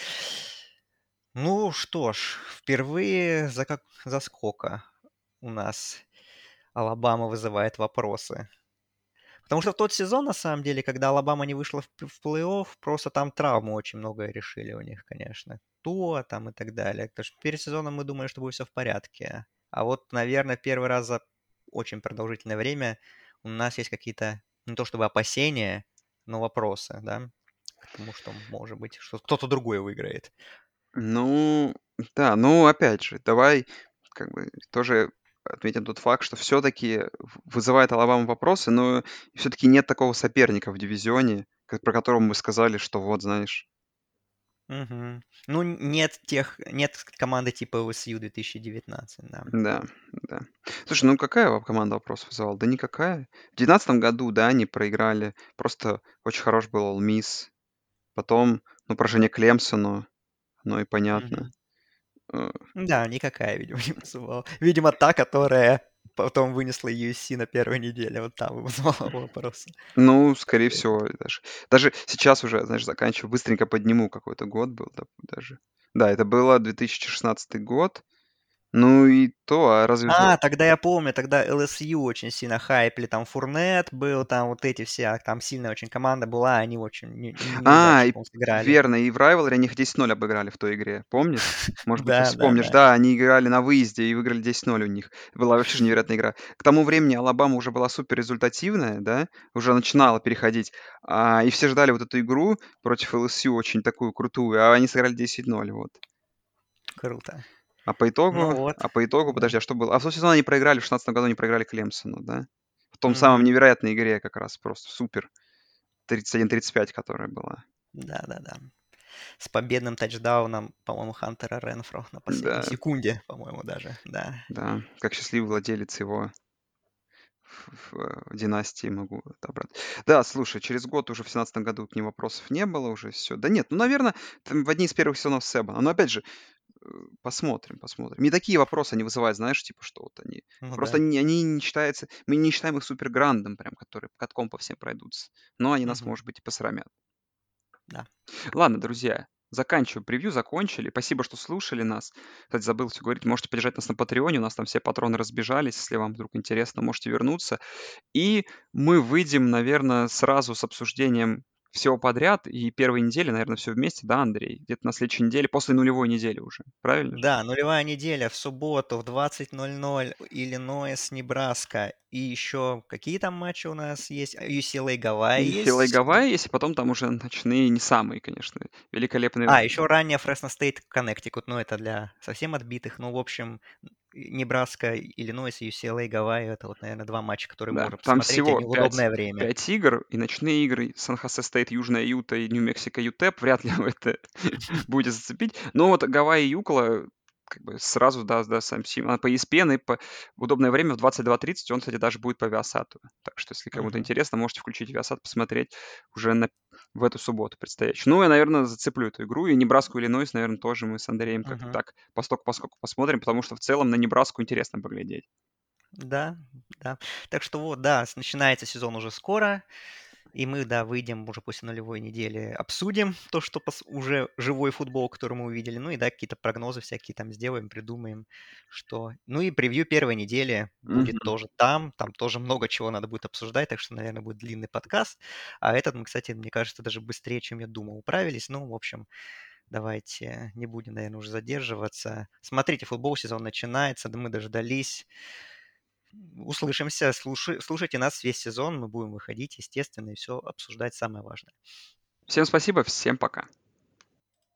[SPEAKER 2] Ну что ж, впервые за как за сколько у нас Алабама вызывает вопросы. Потому что в тот сезон, на самом деле, когда Алабама не вышла в, п- в плей-офф, просто там травмы очень многое решили у них, конечно. То там и так далее. Потому что перед сезоном мы думали, что будет все в порядке. А вот, наверное, первый раз за очень продолжительное время у нас есть какие-то, не то чтобы опасения, но вопросы, да. к тому, что может быть, что кто-то другой выиграет.
[SPEAKER 1] Ну да, ну опять же, давай как бы тоже отметим тот факт, что всё-таки в вызывает Алабама вопросы, но всё-таки нет такого соперника в дивизионе, как про которого мы сказали, что вот знаешь.
[SPEAKER 2] Мгм. Ну, н нет тех нет команды типа ЛСЮ две тысячи девятнадцать, да.
[SPEAKER 1] Да, да. Слушай, ну какая вам команда вопрос вызывала? Да никакая. В девятнадцатом году, да, они проиграли. Просто очень хорош был Ол Мисс. Потом, ну, поражение Клемсону, оно и понятно.
[SPEAKER 2] Мгм.
[SPEAKER 1] Э,
[SPEAKER 2] Да, никакая, видимо, не вызывала. Видимо, та, которая потом вынесла ю эс си на первой неделе, вот та вызывала вопросы.
[SPEAKER 1] ну, скорее
[SPEAKER 2] Такое.
[SPEAKER 1] всего, даже даже сейчас уже, знаешь, заканчиваю, быстренько подниму, какой это год был, да, даже. Да, это было две тысячи шестнадцатый год. Ну и то, а разве за
[SPEAKER 2] А, тогда я помню, тогда ЛСЮ очень сильно хайпели, там Фурнет был, там вот эти все, а там сильная очень команда была, они очень не
[SPEAKER 1] А,
[SPEAKER 2] неудачно,
[SPEAKER 1] и
[SPEAKER 2] по-моему, сыграли.
[SPEAKER 1] верно, и в Rivalry они их десять ноль обыграли в той игре, помнишь? Может быть, ты вспомнишь.
[SPEAKER 2] Да-да-да,
[SPEAKER 1] Да, они играли на выезде и выиграли десять ноль у них. Была вообще же невероятная игра. К тому времени Алабама уже была супер результативная, да, уже начинала переходить, а, и все ждали вот эту игру против Эл Эс Ю очень такую крутую, а они сыграли десять ноль, вот.
[SPEAKER 2] круто.
[SPEAKER 1] А по
[SPEAKER 2] Ну
[SPEAKER 1] итогу
[SPEAKER 2] вот,
[SPEAKER 1] а по итогу,
[SPEAKER 2] да.
[SPEAKER 1] подожди, а что было? А в том сезоне они проиграли, в шестнадцатом году они проиграли Клемсону, да? В том самом
[SPEAKER 2] Мгм.
[SPEAKER 1] невероятной игре как раз, просто супер, тридцать один тридцать пять, которая была.
[SPEAKER 2] Да-да-да. С победным тачдауном, по-моему, Хантера Ренфро на последней
[SPEAKER 1] Да,
[SPEAKER 2] секунде, по-моему, даже, да.
[SPEAKER 1] да, как счастливый владелец его в, в, э, династии могу отобрать. Да, слушай, через год уже в семнадцатом году к ним вопросов не было уже все. Да нет, ну, наверное, в одни из первых сезонов Себа. Но опять же, э, посмотрим, посмотрим. Не такие вопросы они вызывают, знаешь, типа, что вот они...
[SPEAKER 2] Ну
[SPEAKER 1] Просто
[SPEAKER 2] да.
[SPEAKER 1] они, они не считаются... Мы не считаем их суперграндом, прям, которые катком по всем пройдутся. Но они нас,
[SPEAKER 2] Мгм.
[SPEAKER 1] может быть, и посрамят.
[SPEAKER 2] Да.
[SPEAKER 1] Ладно, друзья, заканчиваю превью, закончили. Спасибо, что слушали нас. Кстати, забыл все говорить, можете поддержать нас на Патреоне, у нас там все патроны разбежались. Если вам вдруг интересно, можете вернуться. И мы выйдем, наверное, сразу с обсуждением всего подряд. И первой недели, наверное, все вместе, да, Андрей? Где-то на следующей неделе, после нулевой недели уже. Правильно же?
[SPEAKER 2] Да, нулевая неделя в субботу в двадцать ноль ноль Иллинойс, Небраска. И еще какие там матчи у нас есть? ю си эл эй Гавайи
[SPEAKER 1] И Фила и
[SPEAKER 2] есть. Д-
[SPEAKER 1] Гавайи есть, и потом там уже ночные, не самые, конечно, великолепные.
[SPEAKER 2] А, еще ранее Фресно Стейт, Коннектикут. Ну, это для совсем отбитых. Ну, в общем, Небраска, Иллинойс, ю си эл эй Гавайи. Это вот, наверное, два матча, которые
[SPEAKER 1] Да,
[SPEAKER 2] можно
[SPEAKER 1] там
[SPEAKER 2] посмотреть, и
[SPEAKER 1] всего
[SPEAKER 2] они в
[SPEAKER 1] пять
[SPEAKER 2] удобное время.
[SPEAKER 1] пять игр, и ночные игры. Сан-Хосе Стейт, Южная Юта и Нью-Мексико ЮТЕП. Вряд ли это будет зацепить. Но вот Гавайи и Юкола как бы сразу, да, да, сам Сим. Она по и эс пи эн и по в удобное время в двадцать два тридцать. Он, кстати, даже будет по Виасату. Так что, если кому-то
[SPEAKER 2] Мгм.
[SPEAKER 1] интересно, можете включить Виасат, посмотреть уже на в эту субботу предстоящую. Ну, я, наверное, зацеплю эту игру. И Небраску, Иллинойс, наверное, тоже мы с Андреем как-то
[SPEAKER 2] Мгм.
[SPEAKER 1] так постоку-поскольку посмотрим, потому что в целом на Небраску интересно поглядеть.
[SPEAKER 2] Да, да. Так что вот, да, с- начинается сезон уже скоро. И мы, да, выйдем уже после нулевой недели, обсудим то, что пос- уже живой футбол, который мы увидели. Ну и да, какие-то прогнозы всякие там сделаем, придумаем, что... Ну и превью первой недели будет
[SPEAKER 1] Мгм.
[SPEAKER 2] тоже там. Там тоже много чего надо будет обсуждать, так что, наверное, будет длинный подкаст. А этот мы, кстати, мне кажется, даже быстрее, чем я думал, управились. Ну, в общем, давайте не будем, наверное, уже задерживаться. Смотрите, футбол сезон начинается, да мы дождались. Услышимся, слушай, слушайте нас весь сезон, мы будем выходить, естественно, и все обсуждать самое важное.
[SPEAKER 1] Всем спасибо, всем пока.